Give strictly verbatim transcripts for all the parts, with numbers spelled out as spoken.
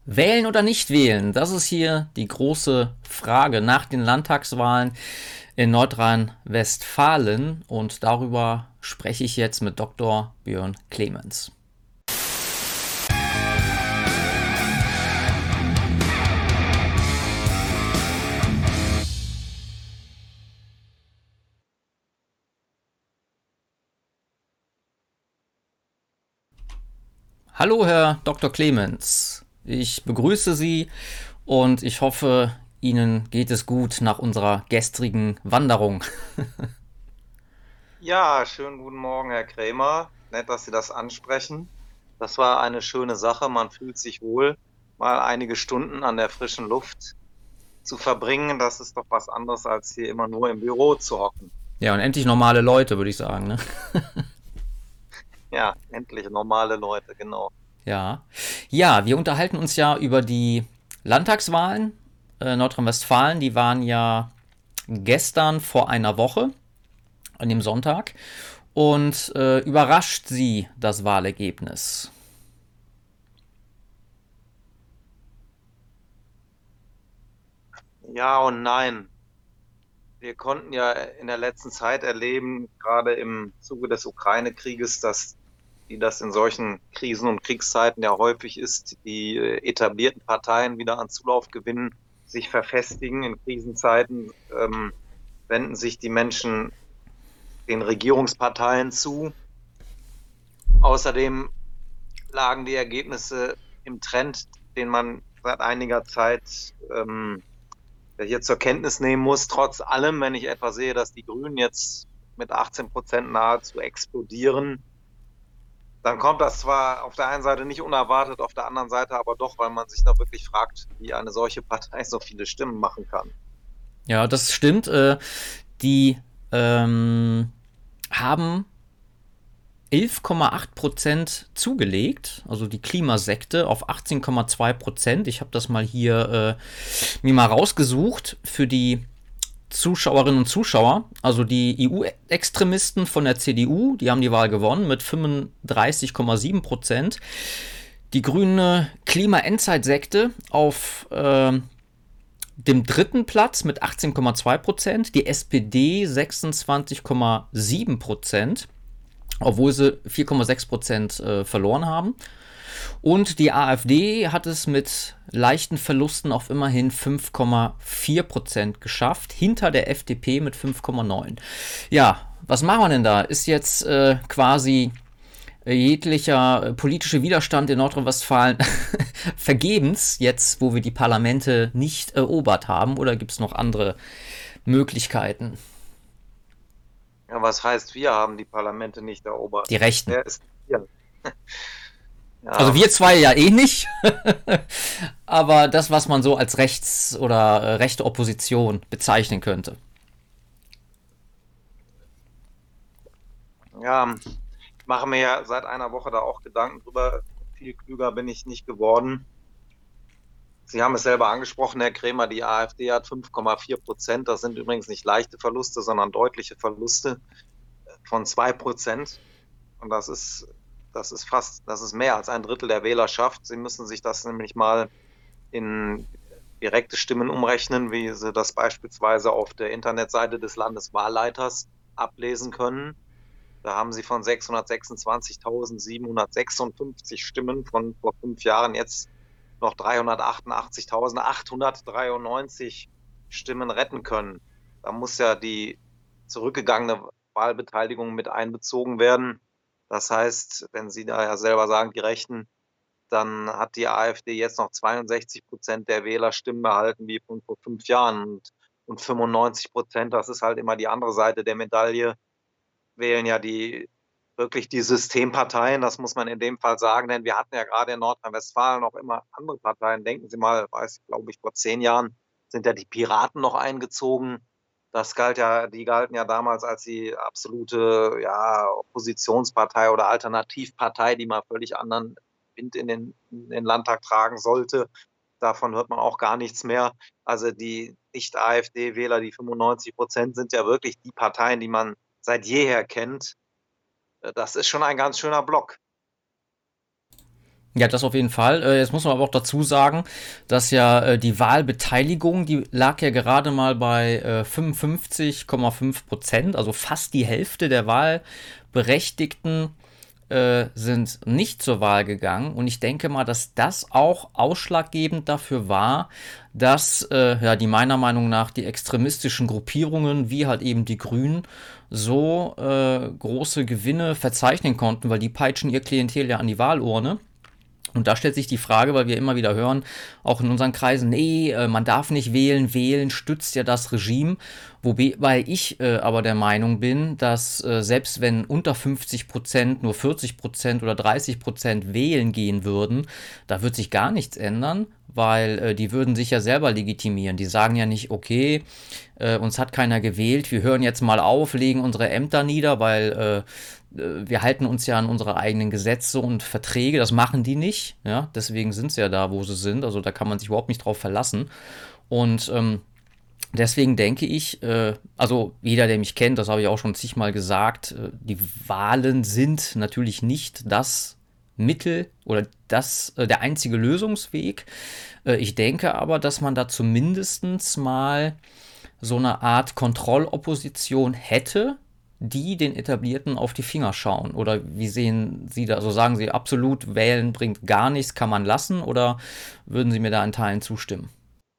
Wählen oder nicht wählen? Das ist hier die große Frage nach den Landtagswahlen in Nordrhein-Westfalen und darüber spreche ich jetzt mit Doktor Björn Clemens. Hallo, Herr Doktor Clemens. Ich begrüße Sie und ich hoffe, Ihnen geht es gut nach unserer gestrigen Wanderung. Ja, schönen guten Morgen, Herr Krämer. Nett, dass Sie das ansprechen. Das war eine schöne Sache. Man fühlt sich wohl, mal einige Stunden an der frischen Luft zu verbringen. Das ist doch was anderes, als hier immer nur im Büro zu hocken. Ja, und endlich normale Leute, würde ich sagen, ne? Ja, endlich normale Leute, genau. Ja. Ja, wir unterhalten uns ja über die Landtagswahlen. Äh, Nordrhein-Westfalen, die waren ja gestern vor einer Woche, an dem Sonntag. Und äh, überrascht Sie das Wahlergebnis? Ja und nein. Wir konnten ja in der letzten Zeit erleben, gerade im Zuge des Ukraine-Krieges, dass, wie das in solchen Krisen und Kriegszeiten ja häufig ist, die äh, etablierten Parteien wieder an Zulauf gewinnen, sich verfestigen. In Krisenzeiten ähm, wenden sich die Menschen den Regierungsparteien zu. Außerdem lagen die Ergebnisse im Trend, den man seit einiger Zeit ähm, hier zur Kenntnis nehmen muss. Trotz allem, wenn ich etwa sehe, dass die Grünen jetzt mit achtzehn Prozent nahezu explodieren, dann kommt das zwar auf der einen Seite nicht unerwartet, auf der anderen Seite aber doch, weil man sich da wirklich fragt, wie eine solche Partei so viele Stimmen machen kann. Ja, das stimmt. Äh, die ähm, haben elf Komma acht Prozent zugelegt, also die Klimasekte auf achtzehn Komma zwei Prozent. Ich habe das mal hier äh, mir mal rausgesucht für die Zuschauerinnen und Zuschauer. Also die E U-Extremisten von der C D U, die haben die Wahl gewonnen mit fünfunddreißig Komma sieben Prozent. Die grüne Klima-Endzeit-Sekte auf äh, dem dritten Platz mit achtzehn Komma zwei Prozent. Die S P D sechsundzwanzig Komma sieben Prozent, obwohl sie vier Komma sechs Prozent äh, verloren haben. Und die AfD hat es mit leichten Verlusten auf immerhin fünf Komma vier Prozent geschafft, hinter der F D P mit fünf Komma neun. Ja, was machen wir denn da? Ist jetzt äh, quasi jeglicher äh, politische Widerstand in Nordrhein-Westfalen vergebens, jetzt wo wir die Parlamente nicht erobert haben, oder gibt es noch andere Möglichkeiten? Ja, was heißt, wir haben die Parlamente nicht erobert? Die Rechten. Wer ist wir? Also Ja, wir zwei ja eh nicht, aber das, was man so als rechts- oder äh, rechte Opposition bezeichnen könnte. ja, ich mache mir ja seit einer Woche da auch Gedanken drüber. Viel klüger bin ich nicht geworden. Sie haben es selber angesprochen, Herr Krämer, die AfD hat fünf Komma vier Prozent. Das sind übrigens nicht leichte Verluste, sondern deutliche Verluste von zwei Prozent. Und das ist, das ist fast, das ist mehr als ein Drittel der Wählerschaft. Sie müssen sich das nämlich mal in direkte Stimmen umrechnen, wie Sie das beispielsweise auf der Internetseite des Landeswahlleiters ablesen können. Da haben Sie von sechshundertsechsundzwanzigtausendsiebenhundertsechsundfünfzig Stimmen von vor fünf Jahren jetzt noch dreihundertachtundachtzigtausendachthundertdreiundneunzig Stimmen retten können. Da muss ja die zurückgegangene Wahlbeteiligung mit einbezogen werden. Das heißt, wenn Sie da ja selber sagen, die Rechten, dann hat die AfD jetzt noch zweiundsechzig Prozent der Wählerstimmen erhalten wie von vor fünf Jahren. Und, und fünfundneunzig Prozent, das ist halt immer die andere Seite der Medaille, wählen ja die wirklich die Systemparteien, das muss man in dem Fall sagen, denn wir hatten ja gerade in Nordrhein-Westfalen noch immer andere Parteien. Denken Sie mal, weiß ich, glaube ich, vor zehn Jahren sind ja die Piraten noch eingezogen. Das galt ja, die galten ja damals als die absolute, ja, Oppositionspartei oder Alternativpartei, die mal völlig anderen Wind in den, in den Landtag tragen sollte. Davon hört man auch gar nichts mehr. Also die Nicht-AfD-Wähler, die fünfundneunzig Prozent, sind ja wirklich die Parteien, die man seit jeher kennt. Das ist schon ein ganz schöner Block. Ja, das auf jeden Fall. Äh, Jetzt muss man aber auch dazu sagen, dass ja äh, die Wahlbeteiligung, die lag ja gerade mal bei äh, fünfundfünfzig Komma fünf Prozent, also fast die Hälfte der Wahlberechtigten äh, sind nicht zur Wahl gegangen. Und ich denke mal, dass das auch ausschlaggebend dafür war, dass äh, ja, die meiner Meinung nach die extremistischen Gruppierungen, wie halt eben die Grünen, so äh, große Gewinne verzeichnen konnten, weil die peitschen ihr Klientel ja an die Wahlurne. Und da stellt sich die Frage, weil wir immer wieder hören, auch in unseren Kreisen, nee, äh, man darf nicht wählen, wählen stützt ja das Regime. Wobei ich äh, aber der Meinung bin, dass äh, selbst wenn unter fünfzig Prozent, nur vierzig Prozent oder dreißig Prozent wählen gehen würden, da wird sich gar nichts ändern, weil äh, die würden sich ja selber legitimieren. Die sagen ja nicht, okay, äh, uns hat keiner gewählt, wir hören jetzt mal auf, legen unsere Ämter nieder, weil äh, wir halten uns ja an unsere eigenen Gesetze und Verträge, das machen die nicht, ja, deswegen sind sie ja da, wo sie sind, also da kann man sich überhaupt nicht drauf verlassen. Und ähm, deswegen denke ich, äh, also jeder, der mich kennt, das habe ich auch schon zigmal gesagt, äh, die Wahlen sind natürlich nicht das Mittel oder das äh, der einzige Lösungsweg. Äh, ich denke aber, dass man da zumindest mal so eine Art Kontrollopposition hätte, die den Etablierten auf die Finger schauen. Oder wie sehen Sie da? Also sagen Sie, absolut wählen bringt gar nichts, kann man lassen? Oder würden Sie mir da in Teilen zustimmen?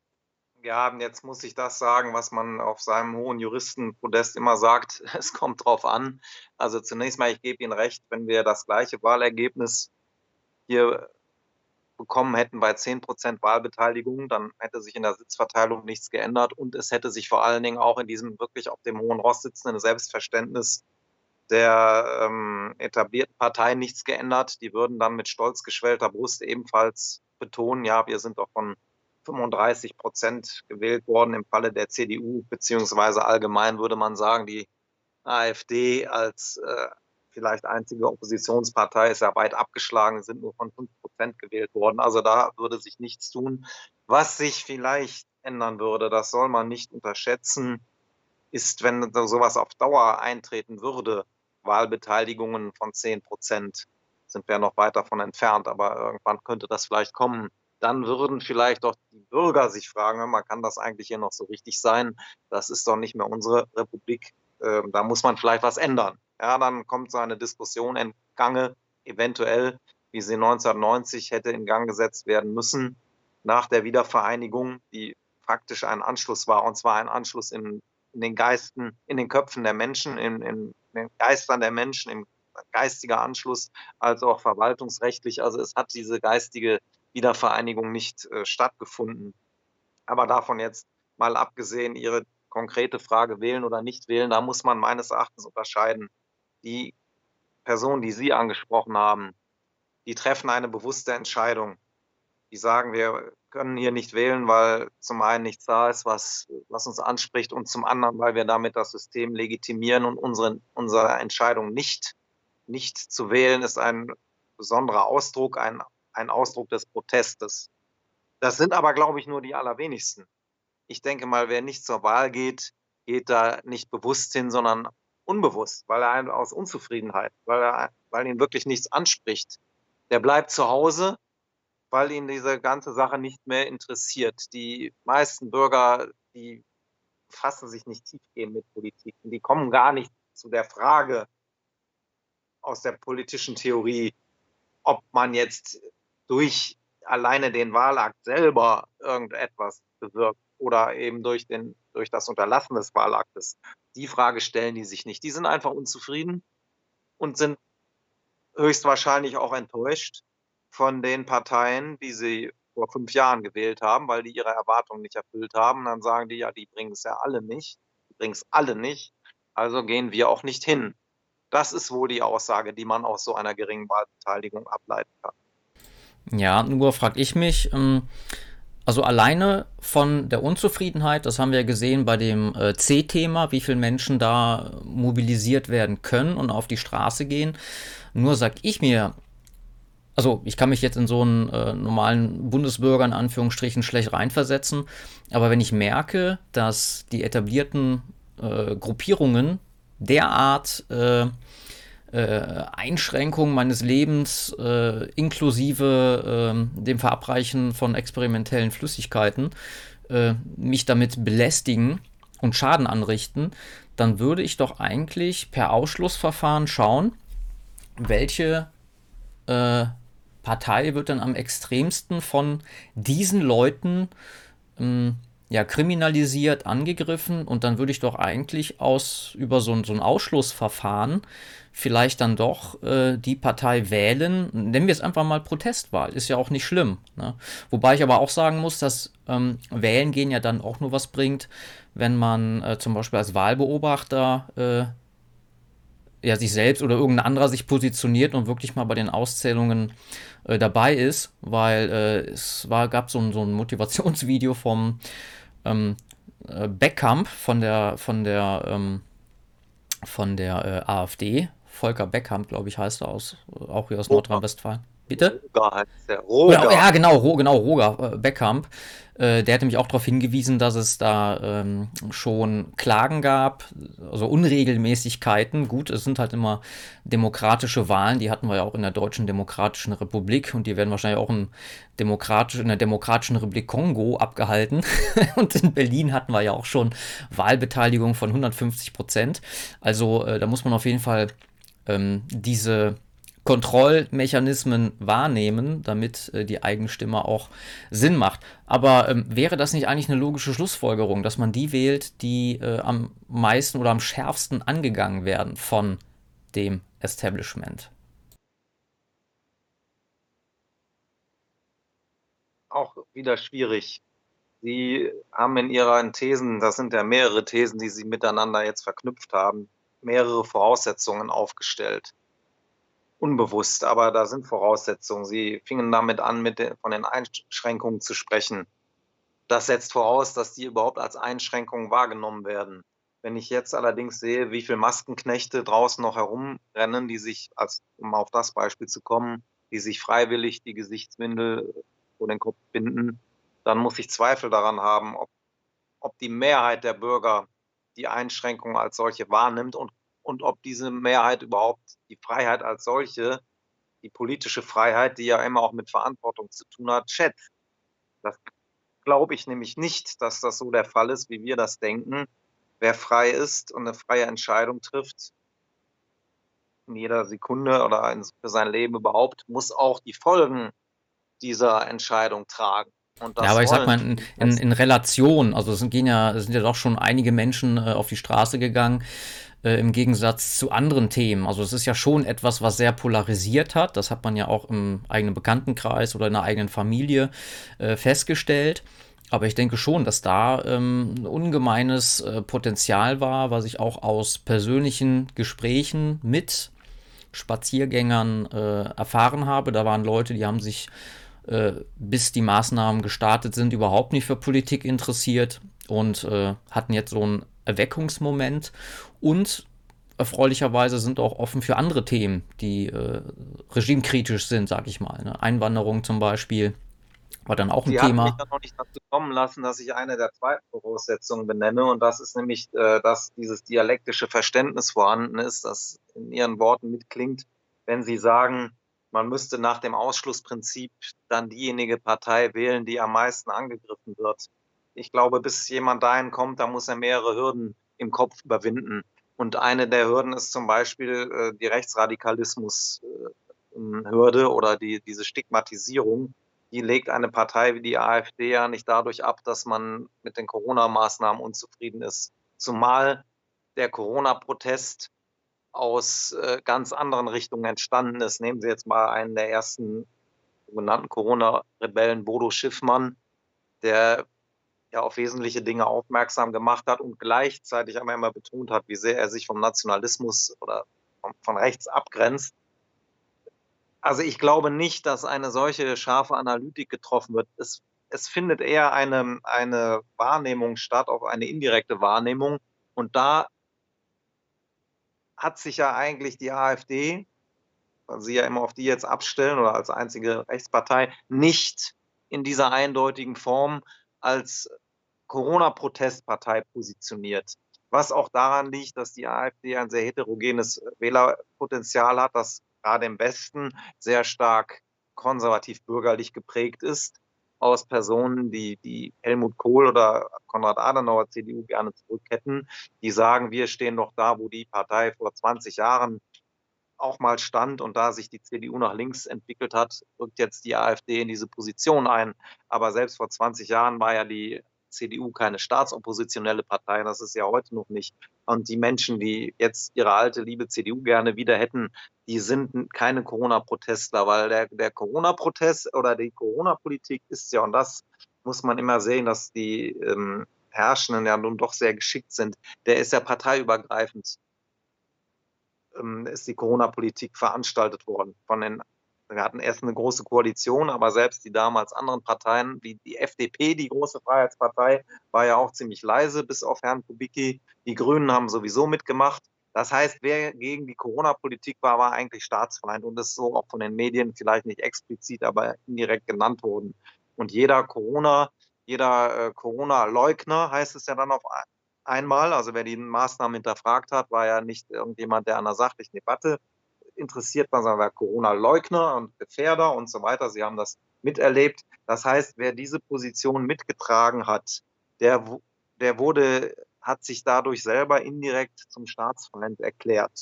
Ja, jetzt muss ich das sagen, was man auf seinem hohen Juristenpodest immer sagt, es kommt drauf an. Also zunächst mal, ich gebe Ihnen recht, wenn wir das gleiche Wahlergebnis hier bekommen hätten bei zehn Prozent Wahlbeteiligung, dann hätte sich in der Sitzverteilung nichts geändert und es hätte sich vor allen Dingen auch in diesem wirklich auf dem hohen Ross sitzenden Selbstverständnis der ähm, etablierten Partei nichts geändert. Die würden dann mit stolz geschwellter Brust ebenfalls betonen, ja, wir sind doch von fünfunddreißig Prozent gewählt worden im Falle der C D U, beziehungsweise allgemein würde man sagen, die AfD als äh, vielleicht einzige Oppositionspartei ist ja weit abgeschlagen, sind nur von fünf Prozent gewählt worden. Also da würde sich nichts tun. Was sich vielleicht ändern würde, das soll man nicht unterschätzen, ist, wenn sowas auf Dauer eintreten würde, Wahlbeteiligungen von zehn Prozent, sind wir noch weit davon entfernt, aber irgendwann könnte das vielleicht kommen. Dann würden vielleicht doch die Bürger sich fragen, man kann das eigentlich hier noch so richtig sein? Das ist doch nicht mehr unsere Republik. Äh, da muss man vielleicht was ändern. Ja, dann kommt so eine Diskussion in Gange, eventuell, wie sie neunzehnhundertneunzig hätte in Gang gesetzt werden müssen, nach der Wiedervereinigung, die faktisch ein Anschluss war, und zwar ein Anschluss in, in den Geisten, in den Köpfen der Menschen, in, in den Geistern der Menschen, im geistiger Anschluss, als auch verwaltungsrechtlich. Also es hat diese geistige Wiedervereinigung nicht äh, stattgefunden. Aber davon jetzt mal abgesehen, Ihre konkrete Frage wählen oder nicht wählen, da muss man meines Erachtens unterscheiden. Die Personen, die Sie angesprochen haben, die treffen eine bewusste Entscheidung. Die sagen, wir können hier nicht wählen, weil zum einen nichts da ist, was, was uns anspricht, und zum anderen, weil wir damit das System legitimieren, und unsere, unsere Entscheidung nicht, nicht zu wählen ist ein besonderer Ausdruck, ein, ein Ausdruck des Protestes. Das sind aber, glaube ich, nur die allerwenigsten. Ich denke mal, wer nicht zur Wahl geht, geht da nicht bewusst hin, sondern unbewusst, weil er aus Unzufriedenheit, weil, er, weil ihn wirklich nichts anspricht. Der bleibt zu Hause, weil ihn diese ganze Sache nicht mehr interessiert. Die meisten Bürger, die befassen sich nicht tiefgehend mit Politik. Und die kommen gar nicht zu der Frage aus der politischen Theorie, ob man jetzt durch alleine den Wahlakt selber irgendetwas bewirkt oder eben durch, den, durch das Unterlassen des Wahlaktes. Die Frage stellen die sich nicht. Die sind einfach unzufrieden und sind höchstwahrscheinlich auch enttäuscht von den Parteien, die sie vor fünf Jahren gewählt haben, weil die ihre Erwartungen nicht erfüllt haben. Und dann sagen die, ja, die bringen es ja alle nicht, die bringen es alle nicht, also gehen wir auch nicht hin. Das ist wohl die Aussage, die man aus so einer geringen Wahlbeteiligung ableiten kann. Ja, nur frage ich mich, ähm, also alleine von der Unzufriedenheit, das haben wir gesehen bei dem äh, C-Thema, wie viele Menschen da mobilisiert werden können und auf die Straße gehen. Nur sag ich mir, also ich kann mich jetzt in so einen äh, normalen Bundesbürger in Anführungsstrichen schlecht reinversetzen, aber wenn ich merke, dass die etablierten äh, Gruppierungen derart äh, äh, Einschränkung meines Lebens äh, inklusive äh, dem Verabreichen von experimentellen Flüssigkeiten äh, mich damit belästigen und Schaden anrichten, dann würde ich doch eigentlich per Ausschlussverfahren schauen, welche äh, Partei wird dann am extremsten von diesen Leuten ähm, ja, kriminalisiert, angegriffen, und dann würde ich doch eigentlich aus über so, ein- so ein Ausschlussverfahren vielleicht dann doch äh, die Partei wählen. Nennen wir es einfach mal Protestwahl, ist ja auch nicht schlimm. Ne? Wobei ich aber auch sagen muss, dass ähm, Wählen gehen ja dann auch nur was bringt, wenn man äh, zum Beispiel als Wahlbeobachter äh, ja, sich selbst oder irgendein anderer sich positioniert und wirklich mal bei den Auszählungen äh, dabei ist, weil äh, es war, gab so ein, so ein Motivationsvideo vom ähm, äh, Beckamp von der von der ähm, von der äh, AfD. Volker Beckamp, glaube ich, heißt er, aus, auch hier aus Roger, Nordrhein-Westfalen. Bitte? Roger heißt der. Oder, Roger. ja, genau, Ro, genau, Roger äh, Beckamp. Äh, der hat nämlich auch darauf hingewiesen, dass es da ähm, schon Klagen gab, also Unregelmäßigkeiten. Gut, es sind halt immer demokratische Wahlen, die hatten wir ja auch in der Deutschen Demokratischen Republik, und die werden wahrscheinlich auch in, demokratisch, in der Demokratischen Republik Kongo abgehalten. Und in Berlin hatten wir ja auch schon Wahlbeteiligung von hundertfünfzig Prozent. Also äh, da muss man auf jeden Fall ähm, diese Kontrollmechanismen wahrnehmen, damit äh, die eigene Stimme auch Sinn macht. Aber ähm, wäre das nicht eigentlich eine logische Schlussfolgerung, dass man die wählt, die äh, am meisten oder am schärfsten angegangen werden von dem Establishment? Auch wieder schwierig. Sie haben in Ihren Thesen, das sind ja mehrere Thesen, die Sie miteinander jetzt verknüpft haben, mehrere Voraussetzungen aufgestellt. Unbewusst, aber da sind Voraussetzungen. Sie fingen damit an, mit den, von den Einschränkungen zu sprechen. Das setzt voraus, dass die überhaupt als Einschränkungen wahrgenommen werden. Wenn ich jetzt allerdings sehe, wie viele Maskenknechte draußen noch herumrennen, die sich, als, um auf das Beispiel zu kommen, die sich freiwillig die Gesichtswindel vor den Kopf binden, dann muss ich Zweifel daran haben, ob, ob die Mehrheit der Bürger die Einschränkungen als solche wahrnimmt und, und ob diese Mehrheit überhaupt die Freiheit als solche, die politische Freiheit, die ja immer auch mit Verantwortung zu tun hat, schätzt. Das glaube ich nämlich nicht, dass das so der Fall ist, wie wir das denken. Wer frei ist und eine freie Entscheidung trifft, in jeder Sekunde oder in, für sein Leben überhaupt, muss auch die Folgen dieser Entscheidung tragen. Und Ja, das aber ich sag wollen mal, in, die in, meisten. in Relation, also es sind, gehen ja, es sind ja doch schon einige Menschen äh, auf die Straße gegangen, äh, im Gegensatz zu anderen Themen. Also es ist ja schon etwas, was sehr polarisiert hat. Das hat man ja auch im eigenen Bekanntenkreis oder in der eigenen Familie äh, festgestellt. Aber ich denke schon, dass da ähm, ein ungemeines äh, Potenzial war, was ich auch aus persönlichen Gesprächen mit Spaziergängern äh, erfahren habe. Da waren Leute, die haben sich, äh, bis die Maßnahmen gestartet sind, überhaupt nicht für Politik interessiert und äh, hatten jetzt so einen Erweckungsmoment und erfreulicherweise sind auch offen für andere Themen, die äh, regimekritisch sind, sag ich mal. Ne? Einwanderung zum Beispiel war dann auch ein Sie hatten mich Thema. ja noch nicht dazu kommen lassen, dass ich eine der zweiten Voraussetzungen benenne. Und das ist nämlich, äh, dass dieses dialektische Verständnis vorhanden ist, das in Ihren Worten mitklingt, wenn Sie sagen, man müsste nach dem Ausschlussprinzip dann diejenige Partei wählen, die am meisten angegriffen wird. Ich glaube, bis jemand dahin kommt, da muss er mehrere Hürden im Kopf überwinden. Und eine der Hürden ist zum Beispiel äh, die Rechtsradikalismus-Hürde oder die, diese Stigmatisierung. Die legt eine Partei wie die AfD ja nicht dadurch ab, dass man mit den Corona-Maßnahmen unzufrieden ist. Zumal der Corona-Protest aus äh, ganz anderen Richtungen entstanden ist. Nehmen Sie jetzt mal einen der ersten sogenannten Corona-Rebellen, Bodo Schiffmann, der ja auf wesentliche Dinge aufmerksam gemacht hat und gleichzeitig aber immer betont hat, wie sehr er sich vom Nationalismus oder von, von rechts abgrenzt. Also ich glaube nicht, dass eine solche scharfe Analytik getroffen wird. Es, es findet eher eine, eine Wahrnehmung statt, auch eine indirekte Wahrnehmung. Und da hat sich ja eigentlich die AfD, weil sie ja immer auf die jetzt abstellen oder als einzige Rechtspartei, nicht in dieser eindeutigen Form als Corona-Protestpartei positioniert. was auch daran liegt, dass die AfD ein sehr heterogenes Wählerpotenzial hat, das gerade im Westen sehr stark konservativ-bürgerlich geprägt ist, aus Personen, die, die Helmut Kohl oder Konrad Adenauer C D U gerne zurück hätten, die sagen, wir stehen doch da, wo die Partei vor zwanzig Jahren auch mal stand, und da sich die C D U nach links entwickelt hat, rückt jetzt die AfD in diese Position ein. Aber selbst vor zwanzig Jahren war ja die C D U keine staatsoppositionelle Partei, das ist ja heute noch nicht. Und die Menschen, die jetzt ihre alte, liebe C D U gerne wieder hätten, die sind keine Corona-Protestler, weil der, der Corona-Protest oder die Corona-Politik ist ja, und das muss man immer sehen, dass die ähm, Herrschenden ja nun doch sehr geschickt sind, der ist ja parteiübergreifend, ähm, ist die Corona-Politik veranstaltet worden. Von den, wir hatten erst eine große Koalition, aber selbst die damals anderen Parteien, wie die F D P, die große Freiheitspartei, war ja auch ziemlich leise, bis auf Herrn Kubicki. Die Grünen haben sowieso mitgemacht. Das heißt, wer gegen die Corona-Politik war, war eigentlich Staatsfeind und ist so auch von den Medien vielleicht nicht explizit, aber indirekt genannt worden. Und jeder Corona, jeder äh, Corona-Leugner, heißt es ja dann auf einmal, also wer die Maßnahmen hinterfragt hat, war ja nicht irgendjemand, der an einer sachlichen Debatte interessiert war, sondern war Corona-Leugner und Gefährder und so weiter. Sie haben das miterlebt. Das heißt, wer diese Position mitgetragen hat, der, der wurde, hat sich dadurch selber indirekt zum Staatsfeind erklärt.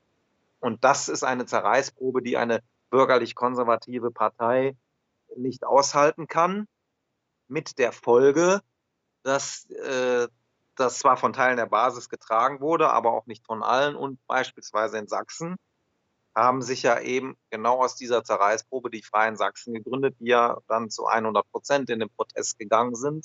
Und das ist eine Zerreißprobe, die eine bürgerlich-konservative Partei nicht aushalten kann, mit der Folge, dass äh, das zwar von Teilen der Basis getragen wurde, aber auch nicht von allen. Und beispielsweise in Sachsen haben sich ja eben genau aus dieser Zerreißprobe die Freien Sachsen gegründet, die ja dann zu hundert Prozent in den Protest gegangen sind.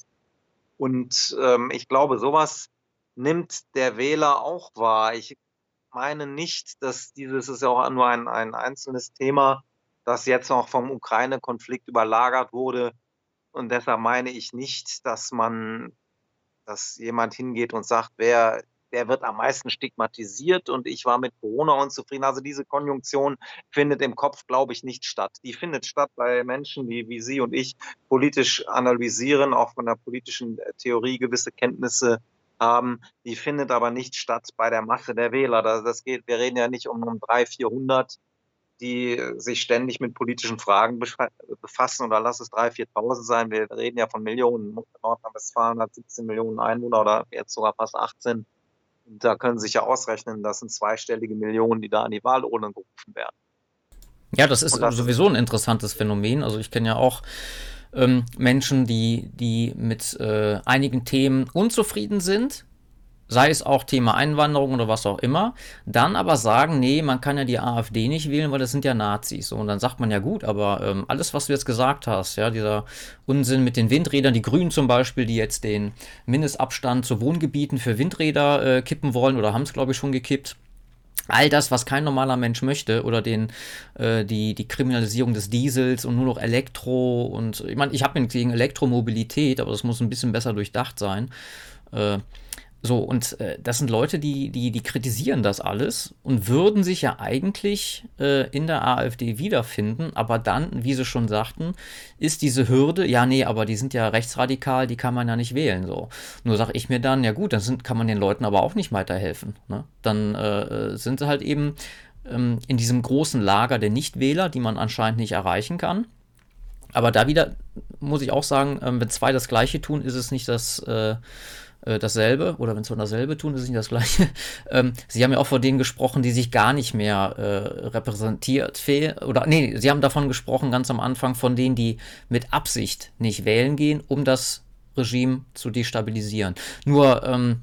Und ähm, ich glaube, sowas nimmt der Wähler auch wahr. Ich meine nicht, dass dieses ist ja auch nur ein, ein einzelnes Thema, das jetzt noch vom Ukraine-Konflikt überlagert wurde. Und deshalb meine ich nicht, dass man dass jemand hingeht und sagt, wer, wer wird am meisten stigmatisiert und ich war mit Corona unzufrieden. Also diese Konjunktion findet im Kopf, glaube ich, nicht statt. Die findet statt bei Menschen, die wie Sie und ich politisch analysieren, auch von der politischen Theorie gewisse Kenntnisse haben. Die findet aber nicht statt bei der Masse der Wähler. Das geht, wir reden ja nicht um, um dreihundert, vierhundert, die sich ständig mit politischen Fragen befassen, oder lass es dreitausend, viertausend sein. Wir reden ja von Millionen. Nordrhein-Westfalen hat siebzehn Millionen Einwohner oder jetzt sogar fast achtzehn. Und da können Sie sich ja ausrechnen, das sind zweistellige Millionen, die da an die Wahlurnen gerufen werden. Ja, das ist Und das sowieso ein interessantes Phänomen. Also ich kenne ja auch ähm, Menschen, die, die mit äh, einigen Themen unzufrieden sind, sei es auch Thema Einwanderung oder was auch immer, dann aber sagen, nee, man kann ja die AfD nicht wählen, weil das sind ja Nazis. So, und dann sagt man ja gut, aber ähm, alles, was du jetzt gesagt hast, ja, dieser Unsinn mit den Windrädern, die Grünen zum Beispiel, die jetzt den Mindestabstand zu Wohngebieten für Windräder äh, kippen wollen oder haben es, glaube ich, schon gekippt. All das, was kein normaler Mensch möchte, oder den, äh, die, die Kriminalisierung des Diesels und nur noch Elektro und ich meine, ich habe nichts gegen Elektromobilität, aber das muss ein bisschen besser durchdacht sein. Äh, so, und äh, das sind Leute, die, die, die kritisieren das alles und würden sich ja eigentlich äh, in der AfD wiederfinden, aber dann, wie sie schon sagten, ist diese Hürde, ja, nee, aber die sind ja rechtsradikal, die kann man ja nicht wählen. So. Nur sage ich mir dann, ja gut, dann sind, kann man den Leuten aber auch nicht weiterhelfen. Ne? Dann äh, sind sie halt eben ähm, in diesem großen Lager der Nichtwähler, die man anscheinend nicht erreichen kann. Aber da wieder muss ich auch sagen, ähm, wenn zwei das Gleiche tun, ist es nicht das äh, dasselbe, oder wenn zwei dasselbe tun, ist es nicht das Gleiche. Ähm, Sie haben ja auch von denen gesprochen, die sich gar nicht mehr äh, repräsentiert, oder nee, Sie haben davon gesprochen ganz am Anfang von denen, die mit Absicht nicht wählen gehen, um das Regime zu destabilisieren. Nur ähm,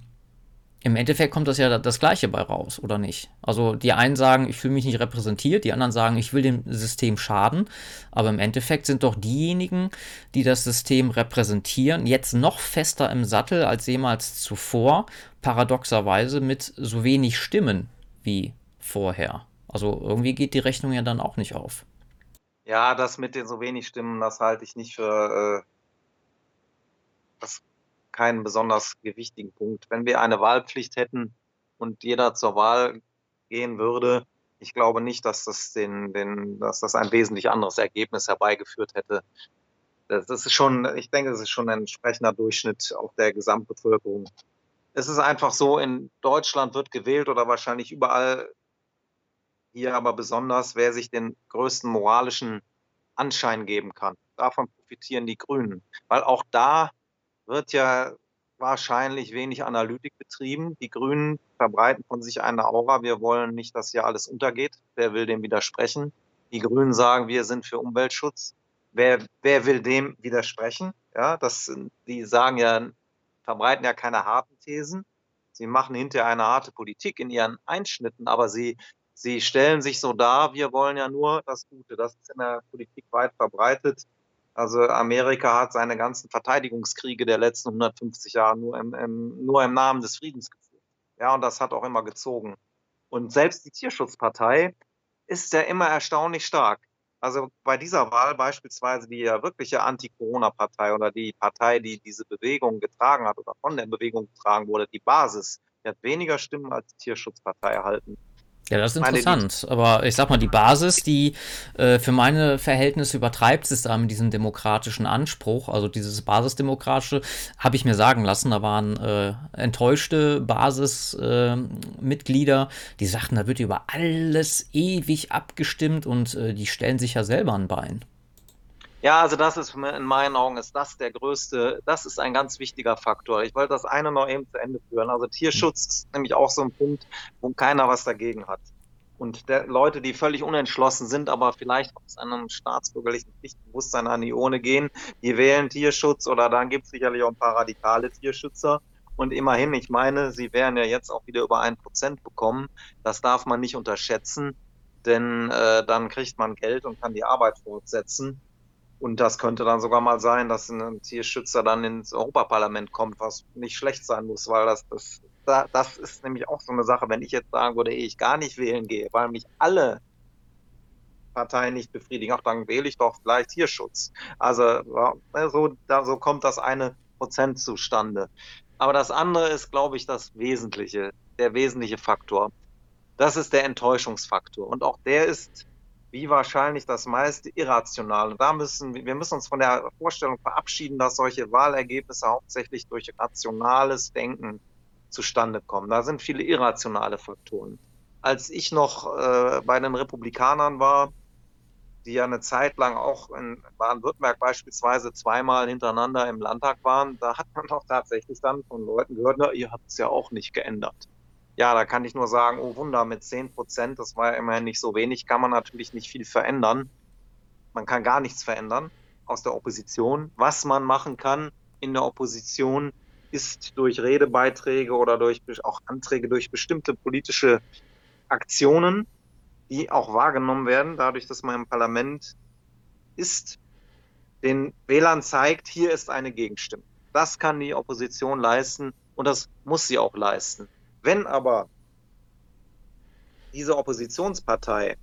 im Endeffekt kommt das ja das Gleiche bei raus, oder nicht? Also die einen sagen, ich fühle mich nicht repräsentiert, die anderen sagen, ich will dem System schaden, aber im Endeffekt sind doch diejenigen, die das System repräsentieren, jetzt noch fester im Sattel als jemals zuvor, paradoxerweise mit so wenig Stimmen wie vorher. Also irgendwie geht die Rechnung ja dann auch nicht auf. Ja, das mit den so wenig Stimmen, das halte ich nicht für äh, das keinen besonders gewichtigen Punkt. Wenn wir eine Wahlpflicht hätten und jeder zur Wahl gehen würde, ich glaube nicht, dass das, den, den, dass das ein wesentlich anderes Ergebnis herbeigeführt hätte. Das ist schon, ich denke, das ist schon ein entsprechender Durchschnitt auch der Gesamtbevölkerung. Es ist einfach so, in Deutschland wird gewählt oder wahrscheinlich überall, hier aber besonders, wer sich den größten moralischen Anschein geben kann. Davon profitieren die Grünen, weil auch da wird ja wahrscheinlich wenig Analytik betrieben. Die Grünen verbreiten von sich eine Aura: Wir wollen nicht, dass hier alles untergeht. Wer will dem widersprechen? Die Grünen sagen: Wir sind für Umweltschutz. Wer wer will dem widersprechen? Ja, das sind die sagen ja verbreiten ja keine harten Thesen. Sie machen hinterher eine harte Politik in ihren Einschnitten, aber sie sie stellen sich so dar: Wir wollen ja nur das Gute. Das ist in der Politik weit verbreitet. Also, Amerika hat seine ganzen Verteidigungskriege der letzten hundertfünfzig Jahre nur im im nur im Namen des Friedens geführt. Ja, und das hat auch immer gezogen. Und selbst die Tierschutzpartei ist ja immer erstaunlich stark. Also, bei dieser Wahl beispielsweise die ja wirkliche Anti-Corona-Partei oder die Partei, die diese Bewegung getragen hat oder von der Bewegung getragen wurde, die Basis, die hat weniger Stimmen als die Tierschutzpartei erhalten. Ja, das ist Ich meine, die interessant. Aber ich sag mal, die Basis, die äh, für meine Verhältnisse übertreibt es da mit diesem demokratischen Anspruch, also dieses Basisdemokratische, habe ich mir sagen lassen. Da waren äh, enttäuschte Basismitglieder, die sagten, da wird über alles ewig abgestimmt und äh, die stellen sich ja selber ein Bein. Ja, also das ist in meinen Augen ist das der größte das ist ein ganz wichtiger Faktor. Ich wollte das eine noch eben zu Ende führen. Also, Tierschutz ist nämlich auch so 'n Punkt, wo keiner was dagegen hat. Und der Leute, die völlig unentschlossen sind, aber vielleicht aus einem staatsbürgerlichen Pflichtbewusstsein an die Urne gehen, die wählen Tierschutz oder dann gibt's sicherlich auch 'n paar radikale Tierschützer. Und immerhin, ich meine, sie werden ja jetzt auch wieder über ein Prozent bekommen. Das darf man nicht unterschätzen, denn, äh, dann kriegt man Geld und kann die Arbeit fortsetzen. Und das könnte dann sogar mal sein, dass 'n Tierschützer dann ins Europaparlament kommt, was nicht schlecht sein muss, weil das das da das ist nämlich auch so 'ne Sache, wenn ich jetzt sagen würde, ehe ich gar nicht wählen gehe, weil mich alle Parteien nicht befriedigen, ach, dann wähle ich doch gleich Tierschutz. Also, ja, ne, so da so kommt das eine Prozent zustande. Aber das andere ist, glaube ich, das Wesentliche, der wesentliche Faktor. Das ist der Enttäuschungsfaktor. Und auch der ist, wie wahrscheinlich das meiste, irrational. Und da müssen wir wir müssen uns von der Vorstellung verabschieden, dass solche Wahlergebnisse hauptsächlich durch rationales Denken zustande kommen. Da sind viele irrationale Faktoren. Als ich noch, äh, bei den Republikanern war, die ja 'ne Zeit lang auch in Baden-Württemberg beispielsweise zweimal hintereinander im Landtag waren, da hat man doch tatsächlich dann von Leuten gehört: „Na, ihr habt's ja auch nicht geändert.“ Ja, da kann ich nur sagen: „Oh Wunder, mit zehn Prozent, das war ja immerhin nicht so wenig, kann man natürlich nicht viel verändern.“ Man kann gar nichts verändern aus der Opposition. Was man machen kann in der Opposition, ist durch Redebeiträge oder durch besch auch Anträge durch bestimmte politische Aktionen, die auch wahrgenommen werden, dadurch, dass man im Parlament ist, den Wählern zeigt: Hier ist eine Gegenstimme. Das kann die Opposition leisten und das muss sie auch leisten. Wenn aber diese Oppositionspartei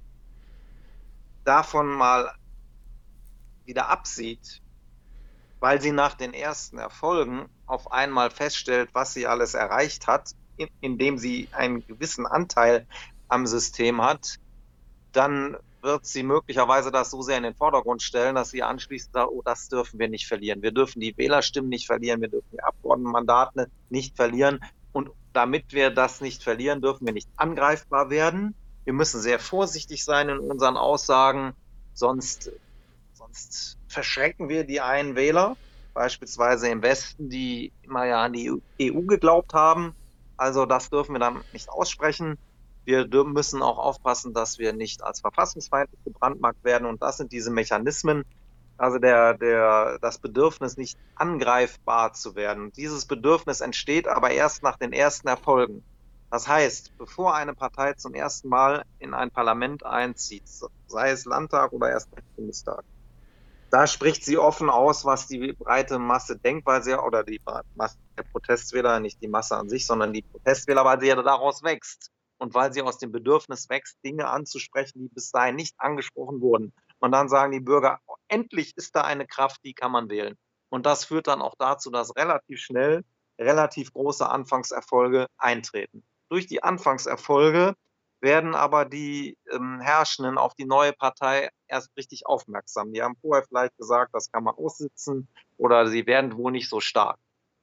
davon mal wieder absieht, weil sie nach den ersten Erfolgen auf einmal feststellt, was sie alles erreicht hat, in indem sie einen gewissen Anteil am System hat, dann wird sie möglicherweise das so sehr in den Vordergrund stellen, dass sie anschließend sagt: „Oh, das dürfen wir nicht verlieren. Wir dürfen die Wählerstimmen nicht verlieren, wir dürfen die Abgeordnetenmandate nicht verlieren. Und damit wir das nicht verlieren, dürfen wir nicht angreifbar werden. Wir müssen sehr vorsichtig sein in unseren Aussagen, sonst sonst verschrecken wir die einen Wähler, beispielsweise im Westen, die immer ja an die E U geglaubt haben. Also, das dürfen wir dann nicht aussprechen. Wir dür müssen auch aufpassen, dass wir nicht als verfassungsfeindlich gebrandmarkt werden.“ Und das sind diese Mechanismen, also der der das Bedürfnis, nicht angreifbar zu werden. Dieses Bedürfnis entsteht aber erst nach den ersten Erfolgen. Das heißt, bevor eine Partei zum ersten Mal in ein Parlament einzieht, sei es Landtag oder erst recht Bundestag, da spricht sie offen aus, was die breite Masse denkt, weil sie ja oder die Masse der Protestwähler, nicht die Masse an sich, sondern die Protestwähler, weil sie ja daraus wächst und weil sie aus dem Bedürfnis wächst, Dinge anzusprechen, die bis dahin nicht angesprochen wurden. Und dann sagen die Bürger: „Oh, endlich ist da eine Kraft, die kann man wählen.“ Und das führt dann auch dazu, dass relativ schnell relativ große Anfangserfolge eintreten. Durch die Anfangserfolge werden aber die, ähm, Herrschenden auf die neue Partei erst richtig aufmerksam. Die haben vorher vielleicht gesagt, das kann man aussitzen oder sie werden wohl nicht so stark.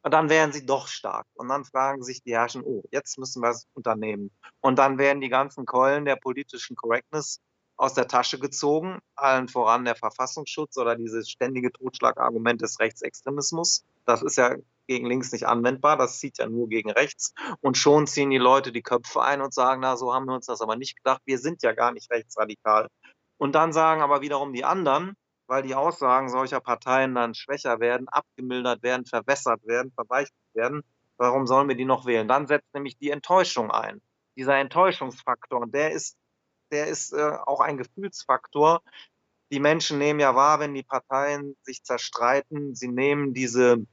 Und dann wären sie doch stark. Und dann fragen sich die Herrschen, oh, jetzt müssen wir es unternehmen. Und dann werden die ganzen Keulen der politischen Correctness aus der Tasche gezogen, allen voran der Verfassungsschutz oder dieses ständige Totschlagargument des Rechtsextremismus. Das ist ja gegen links nicht anwendbar, das zieht ja nur gegen rechts. Und schon ziehen die Leute die Köpfe ein und sagen, na, so haben wir uns das aber nicht gedacht, wir sind ja gar nicht rechtsradikal. Und dann sagen aber wiederum die anderen, weil die Aussagen solcher Parteien dann schwächer werden, abgemildert werden, verwässert werden, verweichert werden, warum sollen wir die noch wählen? Dann setzt nämlich die Enttäuschung ein. Dieser Enttäuschungsfaktor, der ist, der ist äh, auch ein Gefühlsfaktor. Die Menschen nehmen ja wahr, wenn die Parteien sich zerstreiten, sie nehmen diese,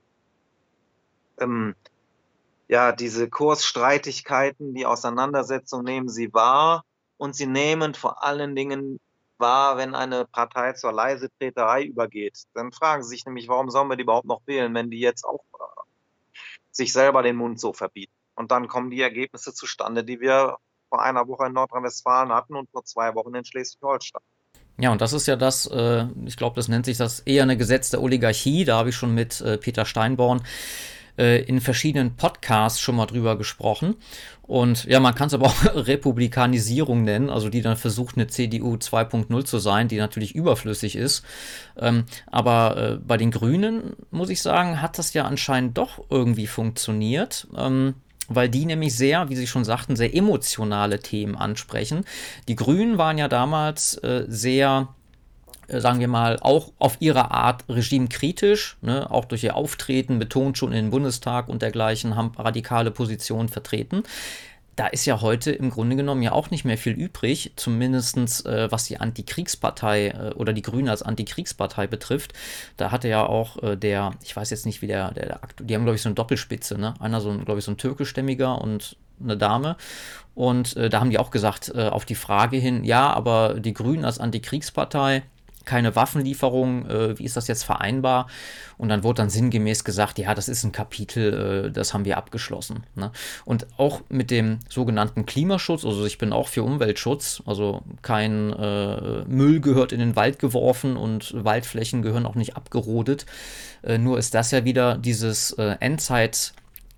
ähm, ja, diese Kursstreitigkeiten, die Auseinandersetzung nehmen sie wahr und sie nehmen vor allen Dingen wahr, wenn eine Partei zur Leisetreterei übergeht. Dann fragen sie sich nämlich, warum sollen wir die überhaupt noch wählen, wenn die jetzt auch äh, sich selber den Mund so verbieten. Und dann kommen die Ergebnisse zustande, die wir vor einer Woche in Nordrhein-Westfalen hatten und vor zwei Wochen in Schleswig-Holstein. Ja, und das ist ja das, äh, ich glaube, das nennt sich das eher eine Gesetz der Oligarchie. Da habe ich schon mit äh, Peter Steinborn äh, in verschiedenen Podcasts schon mal drüber gesprochen. Und ja, man kann es aber auch Republikanisierung nennen, also die dann versucht, eine C D U zwei Punkt null zu sein, die natürlich überflüssig ist. Ähm, aber äh, bei den Grünen, muss ich sagen, hat das ja anscheinend doch irgendwie funktioniert. Ähm, weil die nämlich sehr, wie Sie schon sagten, sehr emotionale Themen ansprechen. Die Grünen waren ja damals äh, sehr, äh, sagen wir mal, auch auf ihre Art regimekritisch, ne? Auch durch ihr Auftreten, betont schon in den Bundestag und dergleichen, haben radikale Positionen vertreten. Da ist ja heute im Grunde genommen ja auch nicht mehr viel übrig, zumindest äh, was die Antikriegspartei äh, oder die Grünen als Antikriegspartei betrifft. Da hatte ja auch äh, der, ich weiß jetzt nicht, wie der, der, der die haben, glaube ich, so eine Doppelspitze, ne? Einer so ein, glaube ich, so ein türkischstämmiger und eine Dame. Und äh, da haben die auch gesagt, äh, auf die Frage hin, ja, aber die Grünen als Antikriegspartei, keine Waffenlieferung, äh, wie ist das jetzt vereinbar? Und dann wurde dann sinngemäß gesagt, ja, das ist ein Kapitel, äh, das haben wir abgeschlossen. Ne? Und auch mit dem sogenannten Klimaschutz, also ich bin auch für Umweltschutz, also kein äh, Müll gehört in den Wald geworfen und Waldflächen gehören auch nicht abgerodet. Äh, nur ist das ja wieder dieses äh, Endzeit-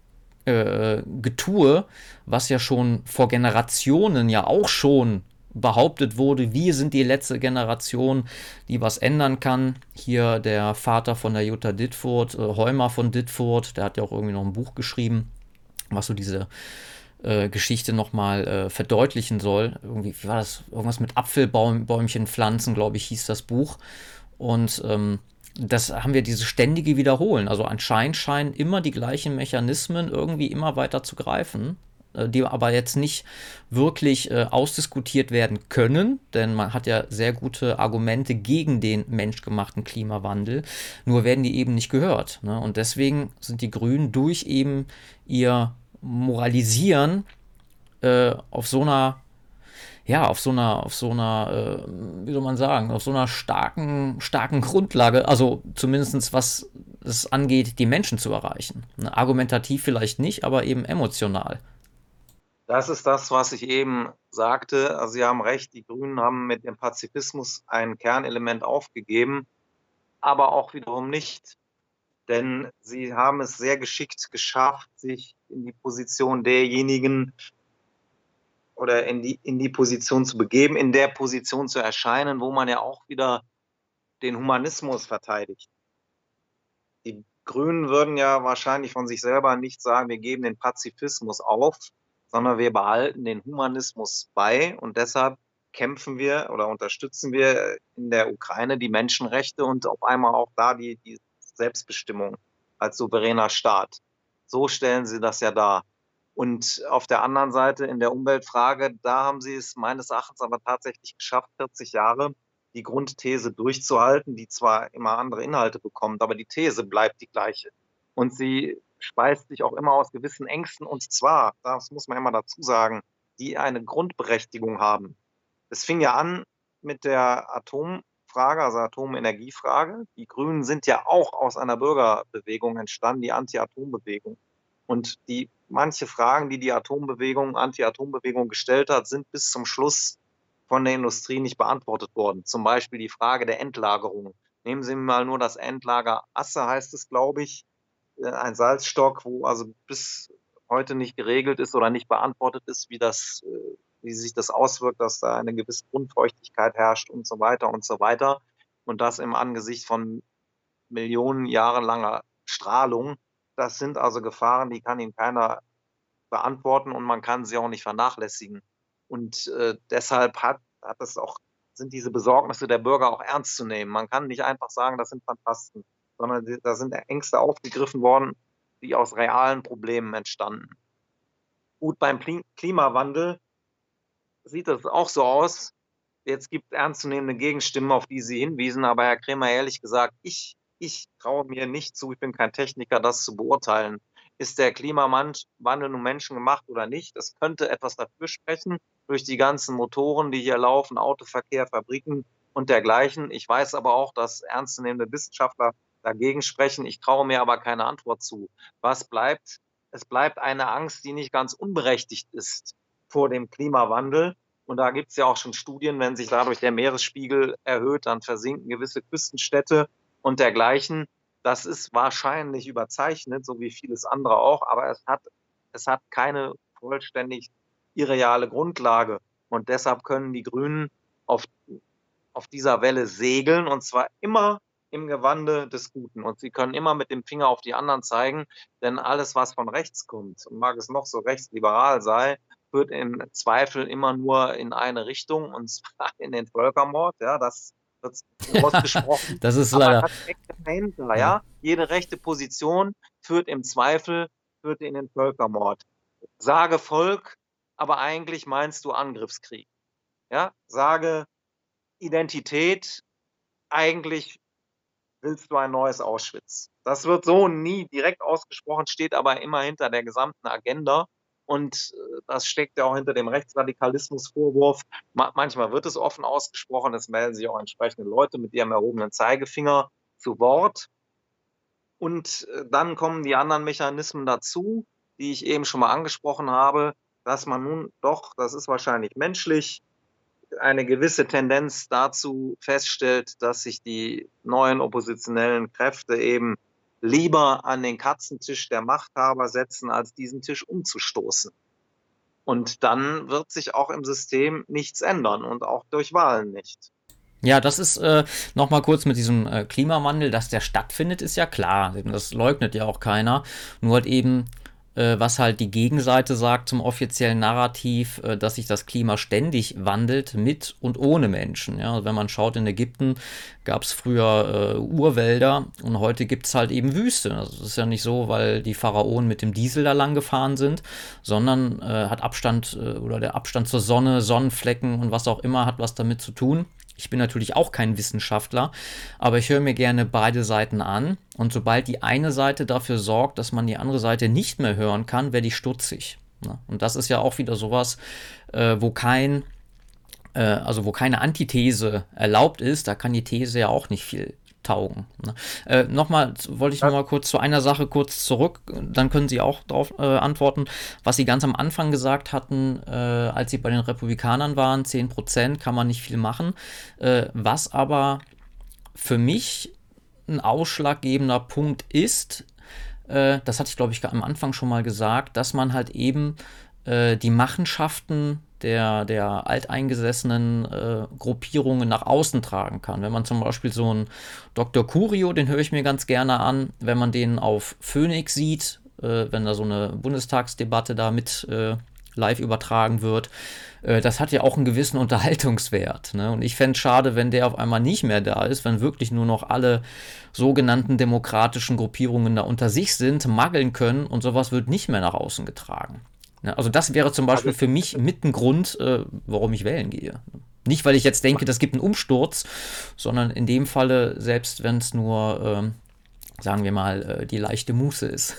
äh, Getue, was ja schon vor Generationen ja auch schon behauptet wurde, wir sind die letzte Generation, die was ändern kann. Hier der Vater von der Jutta Dittfurt, äh, Heumer von Dittfurt, der hat ja auch irgendwie noch ein Buch geschrieben, was so diese äh, Geschichte nochmal äh, verdeutlichen soll. Irgendwie, wie war das? Irgendwas mit Apfelbäumchen pflanzen, glaube ich, hieß das Buch. Und ähm, das haben wir diese ständige Wiederholen. Also anscheinend scheinen immer die gleichen Mechanismen irgendwie immer weiter zu greifen, die aber jetzt nicht wirklich äh, ausdiskutiert werden können, denn man hat ja sehr gute Argumente gegen den menschgemachten Klimawandel, nur werden die eben nicht gehört. Ne? Und deswegen sind die Grünen durch eben ihr Moralisieren äh, auf so einer ja, auf so einer, auf so einer, äh, wie soll man sagen, auf so einer starken, starken Grundlage, also zumindest was es angeht, die Menschen zu erreichen. Ne? Argumentativ vielleicht nicht, aber eben emotional. Das ist das, was ich eben sagte. Also Sie haben recht, die Grünen haben mit dem Pazifismus ein Kernelement aufgegeben, aber auch wiederum nicht. Denn sie haben es sehr geschickt geschafft, sich in die Position derjenigen oder in die, in die Position zu begeben, in der Position zu erscheinen, wo man ja auch wieder den Humanismus verteidigt. Die Grünen würden ja wahrscheinlich von sich selber nicht sagen, wir geben den Pazifismus auf, sondern wir behalten den Humanismus bei und deshalb kämpfen wir oder unterstützen wir in der Ukraine die Menschenrechte und auf einmal auch da die, die Selbstbestimmung als souveräner Staat. So stellen sie das ja dar. Und auf der anderen Seite in der Umweltfrage, da haben sie es meines Erachtens aber tatsächlich geschafft, vierzig Jahre die Grundthese durchzuhalten, die zwar immer andere Inhalte bekommt, aber die These bleibt die gleiche. Und sie speist sich auch immer aus gewissen Ängsten, und zwar, das muss man immer dazu sagen, die eine Grundberechtigung haben. Es fing ja an mit der Atomfrage, also Atomenergiefrage. Die Grünen sind ja auch aus einer Bürgerbewegung entstanden, die Anti-Atom-Bewegung. Und die manche Fragen, die die Atombewegung, Anti-Atom-Bewegung gestellt hat, sind bis zum Schluss von der Industrie nicht beantwortet worden. Zum Beispiel die Frage der Endlagerung. Nehmen Sie mal nur das Endlager Asse, heißt es, glaube ich. äh, ein Salzstock, wo also bis heute nicht geregelt ist oder nicht beantwortet ist, wie das, äh, wie sich das auswirkt, dass da eine gewisse Grundfeuchtigkeit herrscht und so weiter und so weiter. Und das im Angesicht von Millionen jahrelanger Strahlung. Das sind also Gefahren, die kann Ihnen keiner beantworten und man kann sie auch nicht vernachlässigen. Und, äh, deshalb hat hat es auch sind diese Besorgnisse der Bürger auch ernst zu nehmen. Man kann nicht einfach sagen, das sind Phantasten, sondern d da sind Ängste aufgegriffen worden, die aus realen Problemen entstanden. Gut, beim Kli Klimawandel sieht das auch so aus. Jetzt gibt's ernstzunehmende Gegenstimmen, auf die Sie hinwiesen, aber Herr Krämer, ehrlich gesagt, ich ich traue mir nicht zu, ich bin kein Techniker, das zu beurteilen. Ist der Klimamansch Wandel nun menschengemacht oder nicht? Es könnte etwas dafür sprechen, durch die ganzen Motoren, die hier laufen, Autoverkehr, Fabriken und dergleichen. Ich weiß aber auch, dass ernstzunehmende Wissenschaftler dagegen sprechen. Ich traue mir aber keine Antwort zu. Was bleibt? Es bleibt eine Angst, die nicht ganz unberechtigt ist vor dem Klimawandel. Und da gibt's ja auch schon Studien, wenn sich dadurch der Meeresspiegel erhöht, dann versinken gewisse Küstenstädte und dergleichen. Das ist wahrscheinlich überzeichnet, so wie vieles andere auch, aber es hat es hat keine vollständig irreale Grundlage. Und deshalb können die Grünen auf auf dieser Welle segeln, und zwar immer im Gewande des Guten. Und sie können immer mit dem Finger auf die anderen zeigen, denn alles, was von rechts kommt, und mag es noch so rechtsliberal sei, führt im Zweifel immer nur in eine Richtung, und zwar in den Völkermord, ja, das wird ausgesprochen, Das ist aber leider das steckt dahinter, ja. ja? Jede rechte Position führt im Zweifel führt in den Völkermord. Sage Volk, aber eigentlich meinst du Angriffskrieg, ja? Sage Identität, eigentlich willst du ein neues Auschwitz. Das wird so nie direkt ausgesprochen, steht aber immer hinter der gesamten Agenda. Und, äh, das steckt ja auch hinter dem Rechtsradikalismusvorwurf. Ma manchmal wird es offen ausgesprochen, es melden sich auch entsprechende Leute mit ihrem erhobenen Zeigefinger zu Wort. Und, äh, dann kommen die anderen Mechanismen dazu, die ich eben schon mal angesprochen habe, dass man nun doch, das ist wahrscheinlich menschlich, eine gewisse Tendenz dazu feststellt, dass sich die neuen oppositionellen Kräfte eben lieber an den Katzentisch der Machthaber setzen, als diesen Tisch umzustoßen. Und dann wird sich auch im System nichts ändern und auch durch Wahlen nicht. Ja, das ist äh, noch mal kurz mit diesem äh, Klimawandel, dass der stattfindet, ist ja klar. Das leugnet ja auch keiner. Nur halt eben, äh, was halt die Gegenseite sagt zum offiziellen Narrativ, äh, dass sich das Klima ständig wandelt mit und ohne Menschen. Ja, also wenn man schaut, in Ägypten gab es früher äh, Urwälder und heute gibt es halt eben Wüste. Also das ist ja nicht so, weil die Pharaonen mit dem Diesel da lang gefahren sind, sondern äh, hat Abstand äh, oder der Abstand zur Sonne, Sonnenflecken und was auch immer hat was damit zu tun. Ich bin natürlich auch kein Wissenschaftler, aber ich höre mir gerne beide Seiten an. Und sobald die eine Seite dafür sorgt, dass man die andere Seite nicht mehr hören kann, werde ich stutzig. Und das ist ja auch wieder sowas, äh, wo kein, äh, also wo keine Antithese erlaubt ist. Da kann die These ja auch nicht viel taugen. Ne? Äh, nochmal, wollte ich nochmal kurz zu einer Sache kurz zurück, dann können Sie auch darauf äh, antworten, was Sie ganz am Anfang gesagt hatten, äh, als Sie bei den Republikanern waren, zehn Prozent kann man nicht viel machen, äh, was aber für mich ein ausschlaggebender Punkt ist, äh, das hatte ich glaube ich am Anfang schon mal gesagt, dass man halt eben äh, die Machenschaften der, der alteingesessenen äh, Gruppierungen nach außen tragen kann. Wenn man zum Beispiel so einen Doktor Curio, den höre ich mir ganz gerne an, wenn man den auf Phoenix sieht, äh, wenn da so eine Bundestagsdebatte da mit äh, live übertragen wird, äh, das hat ja auch einen gewissen Unterhaltungswert. Ne? Und ich fände es schade, wenn der auf einmal nicht mehr da ist, wenn wirklich nur noch alle sogenannten demokratischen Gruppierungen da unter sich sind, mageln können und sowas wird nicht mehr nach außen getragen. Ja, also das wäre zum Beispiel Also, für mich mit ein Grund, äh, warum ich wählen gehe. Nicht, weil ich jetzt denke, das gibt einen Umsturz, sondern in dem Falle, selbst wenn es nur, ähm, sagen wir mal, äh, die leichte Muße ist.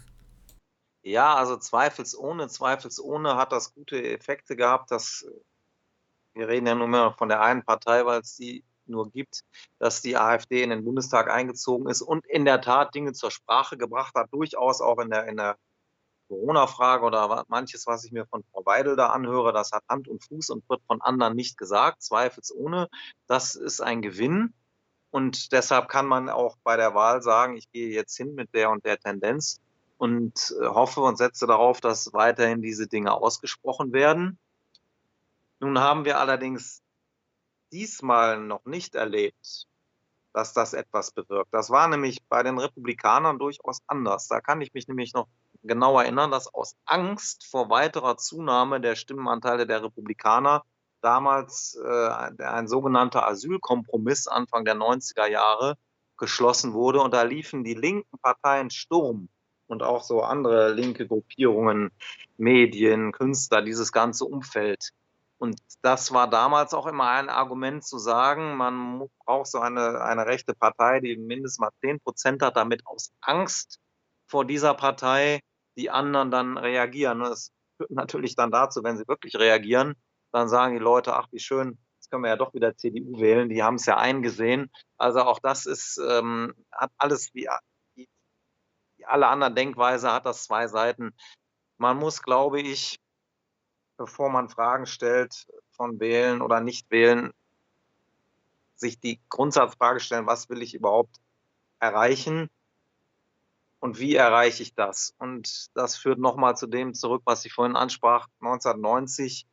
ja, also zweifelsohne zweifelsohne hat das gute Effekte gehabt, dass wir reden ja nur mehr von der einen Partei, weil es die nur gibt, dass die AfD in den Bundestag eingezogen ist und in der Tat Dinge zur Sprache gebracht hat, durchaus auch in der in der Corona-Frage oder manches, was ich mir von Frau Weidel da anhöre, das hat Hand und Fuß und wird von anderen nicht gesagt, zweifelsohne. Das ist ein Gewinn. Und deshalb kann man auch bei der Wahl sagen, ich gehe jetzt hin mit der und der Tendenz und äh, hoffe und setze darauf, dass weiterhin diese Dinge ausgesprochen werden. Nun haben wir allerdings diesmal noch nicht erlebt, dass das etwas bewirkt. Das war nämlich bei den Republikanern durchaus anders. Da kann ich mich nämlich noch genau erinnern, dass aus Angst vor weiterer Zunahme der Stimmenanteile der Republikaner damals äh, ein sogenannter Asylkompromiss Anfang der neunziger Jahre geschlossen wurde. Und da liefen die linken Parteien Sturm und auch so andere linke Gruppierungen, Medien, Künstler, dieses ganze Umfeld. Und das war damals auch immer ein Argument zu sagen, man braucht so eine, eine rechte Partei, die mindestens mal zehn Prozent hat, damit aus Angst vor dieser Partei die anderen dann reagieren. Und das führt natürlich dann dazu, wenn sie wirklich reagieren, dann sagen die Leute, ach wie schön, jetzt können wir ja doch wieder C D U wählen, die haben es ja eingesehen. Also auch das ist, ähm, hat alles wie, wie, wie alle anderen Denkweise, hat das zwei Seiten. Man muss, glaube ich, bevor man Fragen stellt von wählen oder nicht wählen, sich die Grundsatzfrage stellen, was will ich überhaupt erreichen und wie erreiche ich das? Und das führt nochmal zu dem zurück, was ich vorhin ansprach. neunzehnhundertneunzig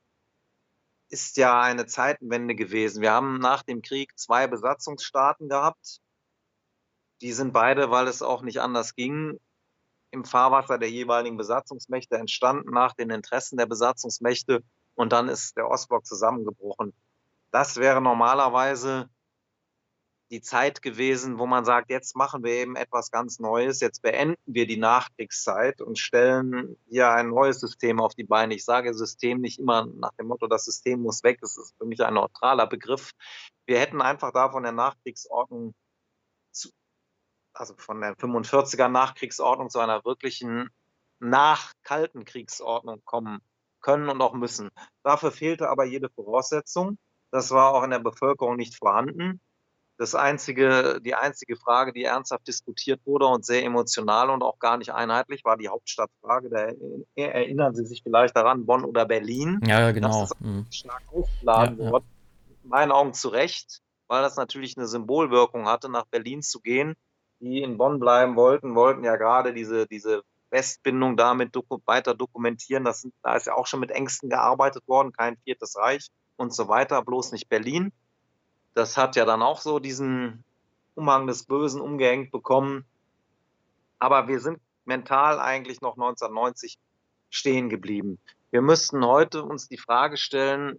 ist ja eine Zeitenwende gewesen. Wir haben nach dem Krieg zwei Besatzungsstaaten gehabt. Die sind beide, weil es auch nicht anders ging, im Fahrwasser der jeweiligen Besatzungsmächte entstanden, nach den Interessen der Besatzungsmächte, und dann ist der Ostblock zusammengebrochen. Das wäre normalerweise die Zeit gewesen, wo man sagt, jetzt machen wir eben etwas ganz Neues, jetzt beenden wir die Nachkriegszeit und stellen hier ein neues System auf die Beine. Ich sage System nicht immer nach dem Motto, das System muss weg, das ist für mich ein neutraler Begriff. Wir hätten einfach da von der Nachkriegsordnung zu also von der fünfundvierziger Nachkriegsordnung zu einer wirklichen nach-kalten Kriegsordnung kommen können und auch müssen. Dafür fehlte aber jede Voraussetzung. Das war auch in der Bevölkerung nicht vorhanden. Das einzige, die einzige Frage, die ernsthaft diskutiert wurde und sehr emotional und auch gar nicht einheitlich, war die Hauptstadtfrage. Da erinnern Sie sich vielleicht daran, Bonn oder Berlin. Ja, ja, genau. Das ist Mhm. stark aufgeladen Ja, ja. worden. In meinen Augen zu Recht, weil das natürlich eine Symbolwirkung hatte, nach Berlin zu gehen. Die in Bonn bleiben wollten, wollten ja gerade diese, diese Westbindung damit doku weiter dokumentieren. Das sind, da ist ja auch schon mit Ängsten gearbeitet worden, kein Viertes Reich und so weiter, bloß nicht Berlin. Das hat ja dann auch so diesen Umhang des Bösen umgehängt bekommen. Aber wir sind mental eigentlich noch neunzehnhundertneunzig stehen geblieben. Wir müssten heute uns die Frage stellen,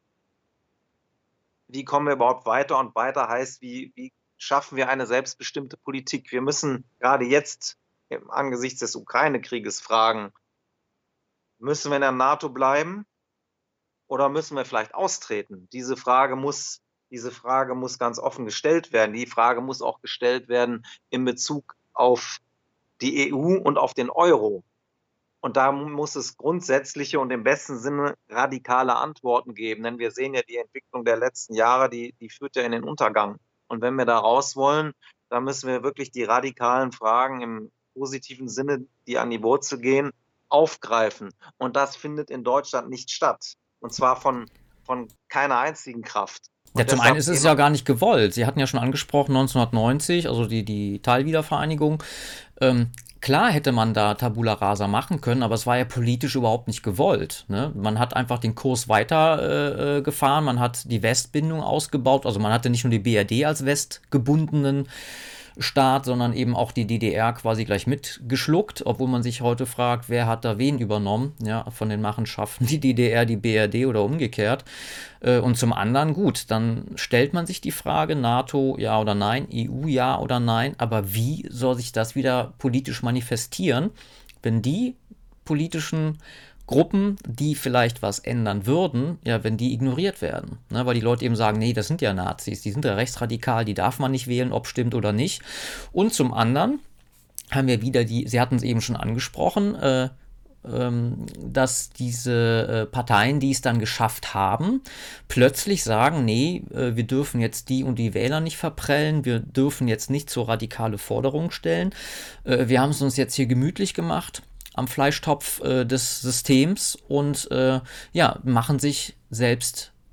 wie kommen wir überhaupt weiter? Und weiter heißt, wie, wie schaffen wir eine selbstbestimmte Politik? Wir müssen gerade jetzt angesichts des Ukraine-Krieges fragen, müssen wir in der NATO bleiben oder müssen wir vielleicht austreten? Diese Frage muss, diese Frage muss ganz offen gestellt werden. Die Frage muss auch gestellt werden in Bezug auf die E U und auf den Euro. Und da muss es grundsätzliche und im besten Sinne radikale Antworten geben. Denn wir sehen ja die Entwicklung der letzten Jahre, die, die führt ja in den Untergang. Und wenn wir da raus wollen, dann müssen wir wirklich die radikalen Fragen im positiven Sinne, die an die Wurzel gehen, aufgreifen. Und das findet in Deutschland nicht statt. Und zwar von, von keiner einzigen Kraft. Und Ja, zum einen ist es ja gar nicht gewollt. Sie hatten ja schon angesprochen, neunzehnhundertneunzig, also die, die Teilwiedervereinigung. Ähm, klar hätte man da Tabula Rasa machen können, aber es war ja politisch überhaupt nicht gewollt. Ne? Man hat einfach den Kurs weiter äh, gefahren, man hat die Westbindung ausgebaut, also man hatte nicht nur die B R D als westgebundenen Staat, sondern eben auch die D D R quasi gleich mitgeschluckt, obwohl man sich heute fragt, wer hat da wen übernommen, ja, von den Machenschaften, die D D R, die B R D oder umgekehrt. Und zum anderen, gut, dann stellt man sich die Frage, NATO ja oder nein, E U ja oder nein, aber wie soll sich das wieder politisch manifestieren, wenn die politischen Gruppen, die vielleicht was ändern würden, ja, wenn die ignoriert werden. Ne? Weil die Leute eben sagen, nee, das sind ja Nazis, die sind ja rechtsradikal, die darf man nicht wählen, ob stimmt oder nicht. Und zum anderen haben wir wieder die, Sie hatten es eben schon angesprochen, äh, ähm, dass diese äh, Parteien, die es dann geschafft haben, plötzlich sagen, nee, äh, wir dürfen jetzt die und die Wähler nicht verprellen, wir dürfen jetzt nicht so radikale Forderungen stellen, äh, wir haben es uns jetzt hier gemütlich gemacht am Fleischtopf äh, des Systems und äh, ja, machen sich selbst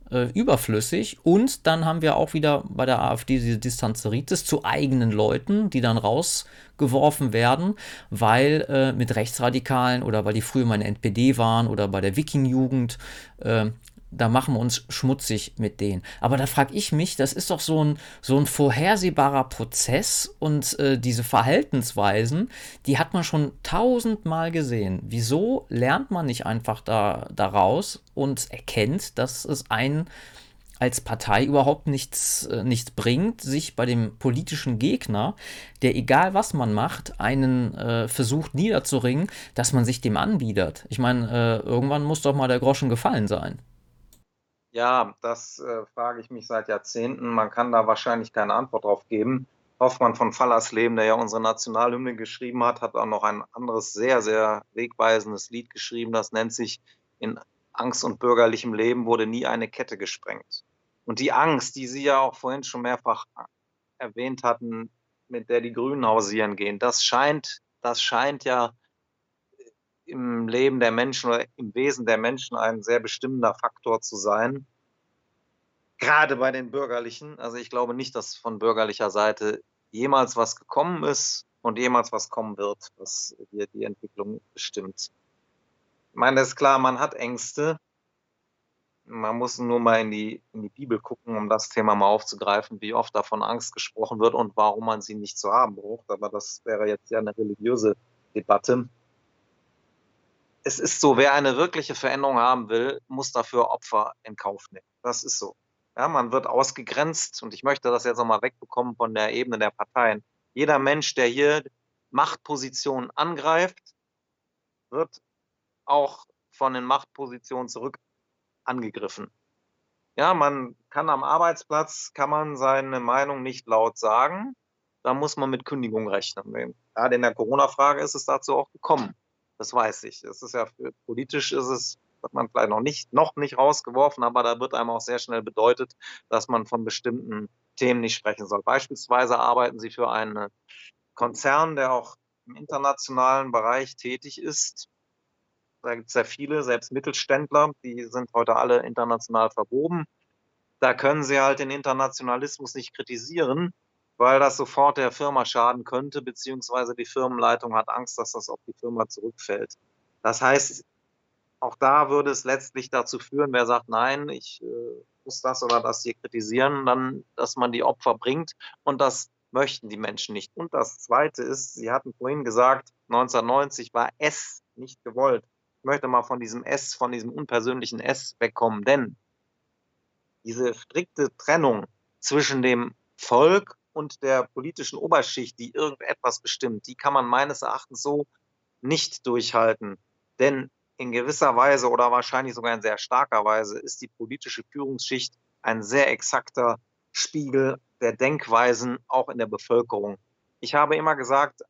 äh, überflüssig. Und dann haben wir auch wieder bei der AfD diese Distanzeritis zu eigenen Leuten, die dann rausgeworfen werden, weil äh, mit Rechtsradikalen oder weil die früher mal in der N P D waren oder bei der Wiking-Jugend, äh, da machen wir uns schmutzig mit denen. Aber da frage ich mich, das ist doch so ein, so ein vorhersehbarer Prozess und äh, diese Verhaltensweisen, die hat man schon tausendmal gesehen. Wieso lernt man nicht einfach da, daraus und erkennt, dass es einen als Partei überhaupt nichts, äh, nichts bringt, sich bei dem politischen Gegner, der egal was man macht, einen äh, versucht niederzuringen, dass man sich dem anbietet. Ich meine, äh, irgendwann muss doch mal der Groschen gefallen sein. Ja, das äh, frage ich mich seit Jahrzehnten. Man kann da wahrscheinlich keine Antwort drauf geben. Hoffmann von Fallersleben, der ja unsere Nationalhymne geschrieben hat, hat auch noch ein anderes sehr, sehr wegweisendes Lied geschrieben. Das nennt sich „In Angst und bürgerlichem Leben wurde nie eine Kette gesprengt." Und die Angst, die Sie ja auch vorhin schon mehrfach erwähnt hatten, mit der die Grünen hausieren gehen, das scheint, das scheint ja im Leben der Menschen oder im Wesen der Menschen ein sehr bestimmender Faktor zu sein. Gerade bei den Bürgerlichen. Also, ich glaube nicht, dass von bürgerlicher Seite jemals was gekommen ist und jemals was kommen wird, was hier die Entwicklung bestimmt. Ich meine, ist klar, man hat Ängste. Man muss nur mal in die in die Bibel gucken, um das Thema mal aufzugreifen, wie oft da von Angst gesprochen wird und warum man sie nicht zu haben braucht. Aber das wäre jetzt ja 'ne religiöse Debatte. Es ist so, wer eine wirkliche Veränderung haben will, muss dafür Opfer in Kauf nehmen. Das ist so. Ja, man wird ausgegrenzt und ich möchte das jetzt noch mal wegbekommen von der Ebene der Parteien. Jeder Mensch, der hier Machtpositionen angreift, wird auch von den Machtpositionen zurück angegriffen. Ja, man kann am Arbeitsplatz kann man seine Meinung nicht laut sagen. Da muss man mit Kündigung rechnen. Grade in der Corona-Frage ist es dazu auch gekommen. Das weiß ich. Es ist ja für politisch ist es wird man vielleicht noch nicht noch nicht rausgeworfen, aber da wird einem auch sehr schnell bedeutet, dass man von bestimmten Themen nicht sprechen soll. Beispielsweise arbeiten Sie für einen Konzern, der auch im internationalen Bereich tätig ist. Da gibt's sehr viele, selbst Mittelständler, die sind heute alle international verwoben. Da können Sie halt den Internationalismus nicht kritisieren, weil das sofort der Firma schaden könnte, beziehungsweise die Firmenleitung hat Angst, dass das auf die Firma zurückfällt. Das heißt, auch da würde es letztlich dazu führen, wer sagt: „Nein, ich, äh, muss das oder das hier kritisieren", dann dass man die Opfer bringt und das möchten die Menschen nicht. Und das Zweite ist, Sie hatten vorhin gesagt, neunzehnhundertneunzig war es nicht gewollt. Ich möchte mal von diesem es, von diesem unpersönlichen es wegkommen, denn diese strikte Trennung zwischen dem Volk und der politischen Oberschicht, die irgendetwas bestimmt, die kann man meines Erachtens so nicht durchhalten. Denn in gewisser Weise oder wahrscheinlich sogar in sehr starker Weise ist die politische Führungsschicht ein sehr exakter Spiegel der Denkweisen auch in der Bevölkerung. Ich habe immer gesagt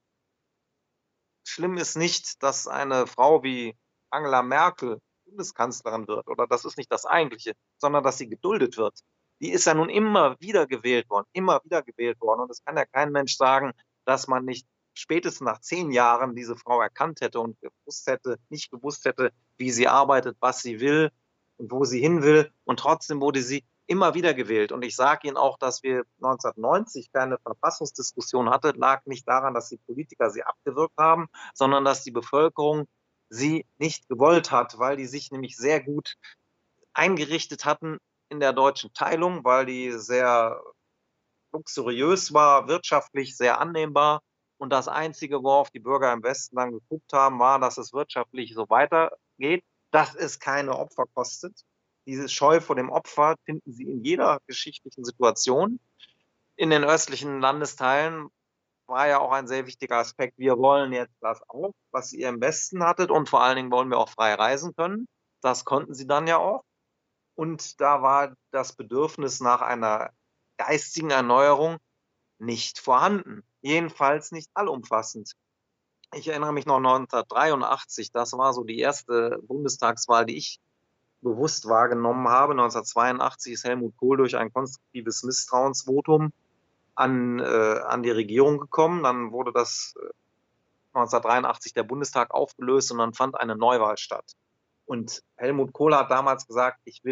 schlimm ist nicht, dass eine Frau wie Angela Merkel Bundeskanzlerin wird oder das ist nicht das Eigentliche, sondern dass sie geduldet wird. Die ist ja nun immer wieder gewählt worden, immer wieder gewählt worden und es kann ja kein Mensch sagen, dass man nicht spätestens nach zehn Jahren diese Frau erkannt hätte und gewusst hätte nicht gewusst hätte, wie sie arbeitet, was sie will und wo sie hin will und trotzdem wurde sie immer wieder gewählt. Und ich sage Ihnen auch, dass wir neunzehnhundertneunzig keine Verfassungsdiskussion hatte, lag nicht daran, dass die Politiker sie abgewürgt haben, sondern dass die Bevölkerung sie nicht gewollt hat, weil die sich nämlich sehr gut eingerichtet hatten in der deutschen Teilung, weil die sehr luxuriös war, wirtschaftlich sehr annehmbar. Und das Einzige, worauf die Bürger im Westen dann geguckt haben, war, dass es wirtschaftlich so weitergeht, dass es keine Opfer kostet. Diese Scheu vor dem Opfer finden Sie in jeder geschichtlichen Situation. In den östlichen Landesteilen war ja auch ein sehr wichtiger Aspekt. Wir wollen jetzt das auch, was ihr im Westen hattet und vor allen Dingen wollen wir auch frei reisen können. Das konnten sie dann ja auch. Und da war das Bedürfnis nach einer geistigen Erneuerung nicht vorhanden, jedenfalls nicht allumfassend. Ich erinnere mich noch neunzehnhundertdreiundachtzig, das war so die erste Bundestagswahl, die ich bewusst wahrgenommen habe. neunzehnhundertzweiundachtzig ist Helmut Kohl durch ein konstruktives Misstrauensvotum an, äh, an die Regierung gekommen. Dann wurde das äh, neunzehnhundertdreiundachtzig der Bundestag aufgelöst und dann fand eine Neuwahl statt. Und Helmut Kohl hat damals gesagt, ich will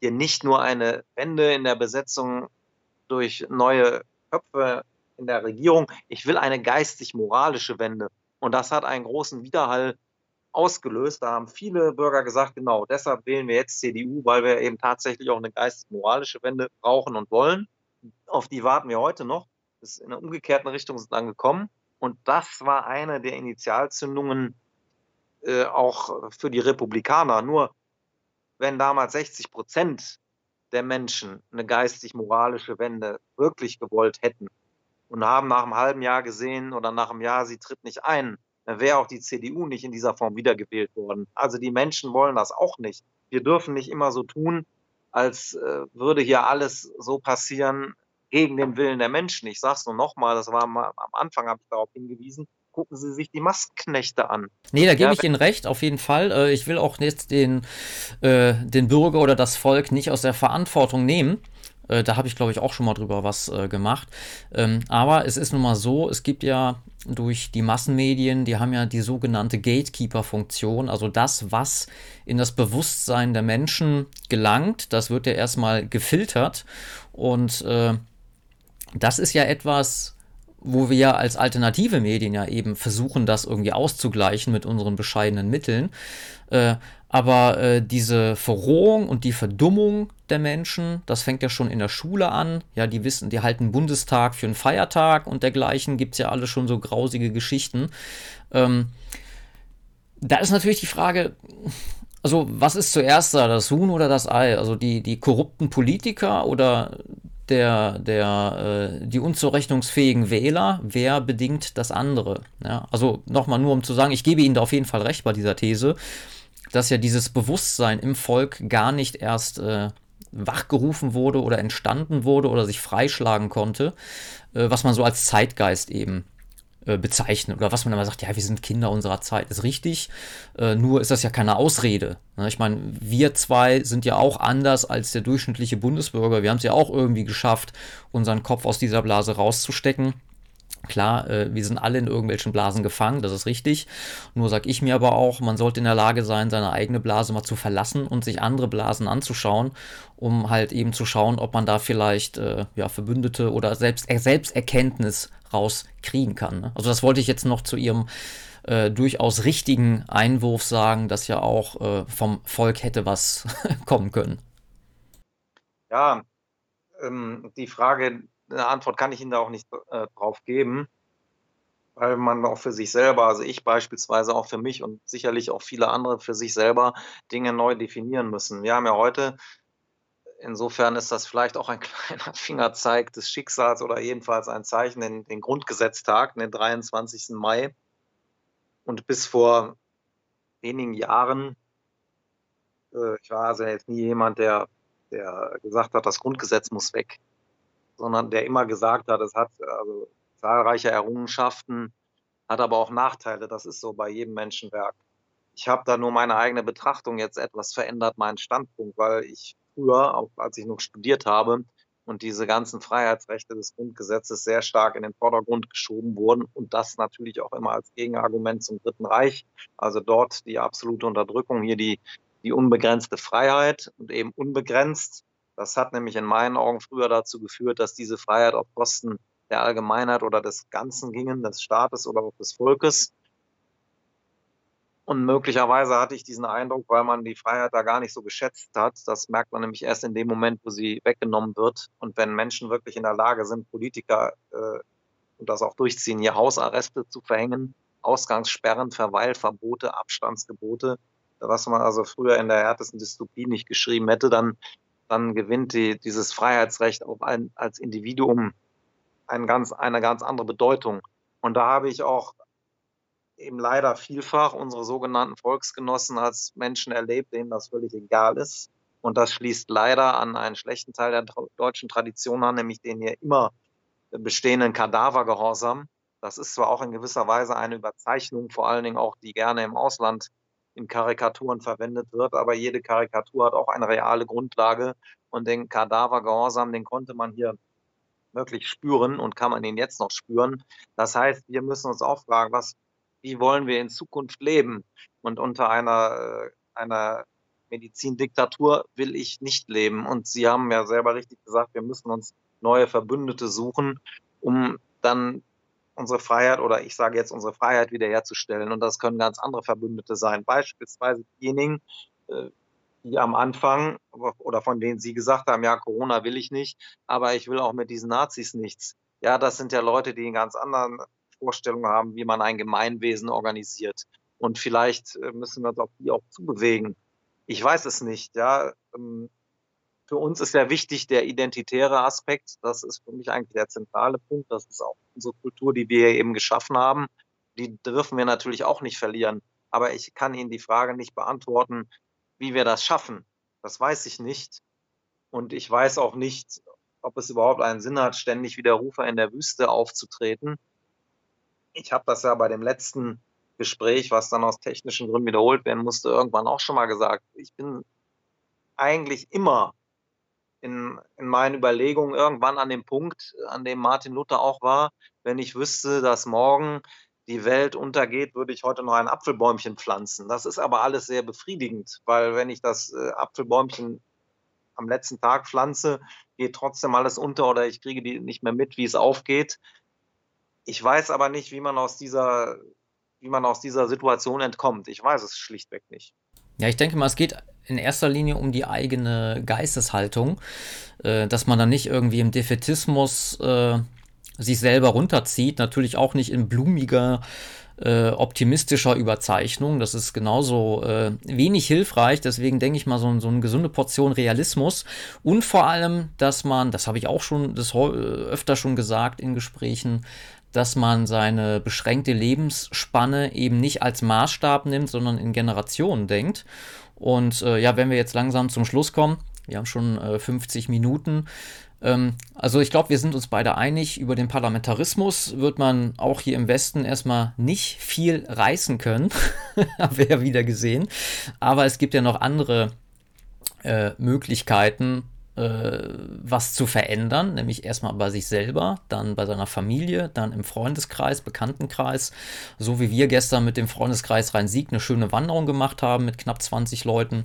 hier nicht nur eine Wende in der Besetzung durch neue Köpfe in der Regierung, ich will eine geistig-moralische Wende. Und das hat einen großen Widerhall ausgelöst. Da haben viele Bürger gesagt, genau, deshalb wählen wir jetzt C D U, weil wir eben tatsächlich auch eine geistig-moralische Wende brauchen und wollen. Auf die warten wir heute noch. Das ist in einer umgekehrten Richtung sind dann gekommen. Und das war eine der Initialzündungen äh, auch für die Republikaner. Nur wenn damals sechzig Prozent der Menschen eine geistig-moralische Wende wirklich gewollt hätten und haben nach einem halben Jahr gesehen oder nach einem Jahr, sie tritt nicht ein, dann wäre auch die C D U nicht in dieser Form wiedergewählt worden. Also die Menschen wollen das auch nicht. Wir dürfen nicht immer so tun, als äh, würde hier alles so passieren gegen den Willen der Menschen. Ich sage es nur nochmal, das war mal, am Anfang, habe ich darauf hingewiesen, gucken Sie sich die Maskenknechte an. Nee, da gebe Ja, ich Ihnen recht, auf jeden Fall. Äh, ich will auch jetzt den, äh, den Bürger oder das Volk nicht aus der Verantwortung nehmen. Äh, da habe ich, glaube ich, auch schon mal drüber was äh, gemacht. Ähm, aber es ist nun mal so, es gibt ja durch die Massenmedien, die haben ja die sogenannte Gatekeeper-Funktion, also das, was in das Bewusstsein der Menschen gelangt, das wird ja erstmal gefiltert. Und äh, das ist ja etwas, wo wir ja als alternative Medien ja eben versuchen, das irgendwie auszugleichen mit unseren bescheidenen Mitteln. Äh, aber äh, diese Verrohung und die Verdummung der Menschen, das fängt ja schon in der Schule an. Ja, die wissen, die halten Bundestag für einen Feiertag und dergleichen. Gibt es ja alle schon so grausige Geschichten. Ähm, da ist natürlich die Frage, also was ist zuerst da, das Huhn oder das Ei? Also die, die korrupten Politiker oder der, der, äh, die unzurechnungsfähigen Wähler, wer bedingt das andere? Ja, also nochmal nur, um zu sagen, ich gebe Ihnen da auf jeden Fall recht bei dieser These, dass ja dieses Bewusstsein im Volk gar nicht erst äh, wachgerufen wurde oder entstanden wurde oder sich freischlagen konnte, äh, was man so als Zeitgeist eben äh, bezeichnet oder was man immer sagt, ja, wir sind Kinder unserer Zeit, ist richtig, äh, nur ist das ja keine Ausrede. Ne? Ich meine, wir zwei sind ja auch anders als der durchschnittliche Bundesbürger, wir haben es ja auch irgendwie geschafft, unseren Kopf aus dieser Blase rauszustecken. Klar, äh, wir sind alle in irgendwelchen Blasen gefangen, das ist richtig. Nur sag ich mir aber auch, man sollte in der Lage sein, seine eigene Blase mal zu verlassen und sich andere Blasen anzuschauen, um halt eben zu schauen, ob man da vielleicht äh, ja, Verbündete oder selbst Selbsterkenntnis rauskriegen kann. Ne? Also das wollte ich jetzt noch zu Ihrem äh, durchaus richtigen Einwurf sagen, dass ja auch äh, vom Volk hätte was kommen können. ja ähm, die Frage, eine Antwort kann ich Ihnen da auch nicht äh, drauf geben, weil man auch für sich selber, also ich beispielsweise auch für mich und sicherlich auch viele andere für sich selber Dinge neu definieren müssen. Wir haben ja heute, insofern ist das vielleicht auch ein kleiner Fingerzeig des Schicksals oder jedenfalls ein Zeichen, den, den Grundgesetztag, den dreiundzwanzigsten Mai. Und bis vor wenigen Jahren, äh, ich war also jetzt nie jemand, der, der gesagt hat, das Grundgesetz muss weg, sondern der immer gesagt hat, es hat also zahlreiche Errungenschaften, hat aber auch Nachteile. Das ist so bei jedem Menschenwerk. Ich habe da nur meine eigene Betrachtung jetzt etwas verändert, meinen Standpunkt, weil ich früher, auch als ich noch studiert habe und diese ganzen Freiheitsrechte des Grundgesetzes sehr stark in den Vordergrund geschoben wurden und das natürlich auch immer als Gegenargument zum Dritten Reich, also dort die absolute Unterdrückung, hier die, die unbegrenzte Freiheit und eben unbegrenzt. Das hat nämlich in meinen Augen früher dazu geführt, dass diese Freiheit auf Kosten der Allgemeinheit oder des Ganzen gingen, des Staates oder auch des Volkes. Und möglicherweise hatte ich diesen Eindruck, weil man die Freiheit da gar nicht so geschätzt hat. Das merkt man nämlich erst in dem Moment, wo sie weggenommen wird. Und wenn Menschen wirklich in der Lage sind, Politiker äh, und das auch durchziehen, hier Hausarreste zu verhängen, Ausgangssperren, Verweilverbote, Abstandsgebote, was man also früher in der härtesten Dystopie nicht geschrieben hätte, dann, dann gewinnt die, dieses Freiheitsrecht auch ein, als Individuum ein ganz, eine ganz andere Bedeutung. Und da habe ich auch eben leider vielfach unsere sogenannten Volksgenossen als Menschen erlebt, denen das völlig egal ist. Und das schließt leider an einen schlechten Teil der deutschen Tradition an, nämlich den hier immer bestehenden Kadavergehorsam. Das ist zwar auch in gewisser Weise eine Überzeichnung, vor allen Dingen auch, die gerne im Ausland in Karikaturen verwendet wird, aber jede Karikatur hat auch eine reale Grundlage und den Kadavergehorsam, den konnte man hier wirklich spüren und kann man ihn jetzt noch spüren. Das heißt, wir müssen uns auch fragen, was, wie wollen wir in Zukunft leben? Und unter einer, einer Medizindiktatur will ich nicht leben. Und Sie haben ja selber richtig gesagt, wir müssen uns neue Verbündete suchen, um dann unsere Freiheit oder ich sage jetzt unsere Freiheit wiederherzustellen. Und das können ganz andere Verbündete sein. Beispielsweise diejenigen, äh, die am Anfang oder von denen Sie gesagt haben, ja, Corona will ich nicht, aber ich will auch mit diesen Nazis nichts. Ja, das sind ja Leute, die 'n ganz anderen Vorstellungen haben, wie man ein Gemeinwesen organisiert. Und vielleicht, äh, müssen wir uns auf die auch zubewegen. Ich weiß es nicht, ja. Ähm, für uns ist ja wichtig der identitäre Aspekt. Das ist für mich eigentlich der zentrale Punkt. Das ist auch unsere Kultur, die wir eben geschaffen haben. Die dürfen wir natürlich auch nicht verlieren. Aber ich kann Ihnen die Frage nicht beantworten, wie wir das schaffen. Das weiß ich nicht. Und ich weiß auch nicht, ob es überhaupt einen Sinn hat, ständig wie der Rufer in der Wüste aufzutreten. Ich habe das ja bei dem letzten Gespräch, was dann aus technischen Gründen wiederholt werden musste, irgendwann auch schon mal gesagt. Ich bin eigentlich immer in in meinen Überlegungen irgendwann an dem Punkt, an dem Martin Luther auch war: „Wenn ich wüsste, dass morgen die Welt untergeht, würde ich heute noch ein Apfelbäumchen pflanzen.“ Das ist aber alles sehr befriedigend, weil wenn ich das, äh, Apfelbäumchen am letzten Tag pflanze, geht trotzdem alles unter oder ich kriege die nicht mehr mit, wie es aufgeht. Ich weiß aber nicht, wie man aus dieser wie man aus dieser Situation entkommt. Ich weiß es schlichtweg nicht. Ja, ich denke mal, es geht in erster Linie um die eigene Geisteshaltung, äh, dass man dann nicht irgendwie im Defätismus äh, sich selber runterzieht, natürlich auch nicht in blumiger, äh, optimistischer Überzeichnung. Das ist genauso äh, wenig hilfreich. Deswegen denke ich mal, so, so eine gesunde Portion Realismus und vor allem, dass man, das habe ich auch schon das öfter schon gesagt in Gesprächen, dass man seine beschränkte Lebensspanne eben nicht als Maßstab nimmt, sondern in Generationen denkt. Und äh, ja, wenn wir jetzt langsam zum Schluss kommen, wir haben schon äh, fünfzig Minuten. Ähm, also ich glaube, wir sind uns beide einig, über den Parlamentarismus wird man auch hier im Westen erstmal nicht viel reißen können, haben wir ja wieder gesehen. Aber es gibt ja noch andere äh, Möglichkeiten, äh, was zu verändern, nämlich erstmal bei sich selber, dann bei seiner Familie, dann im Freundeskreis, Bekanntenkreis, so wie wir gestern mit dem Freundeskreis Rhein-Sieg eine schöne Wanderung gemacht haben mit knapp zwanzig Leuten.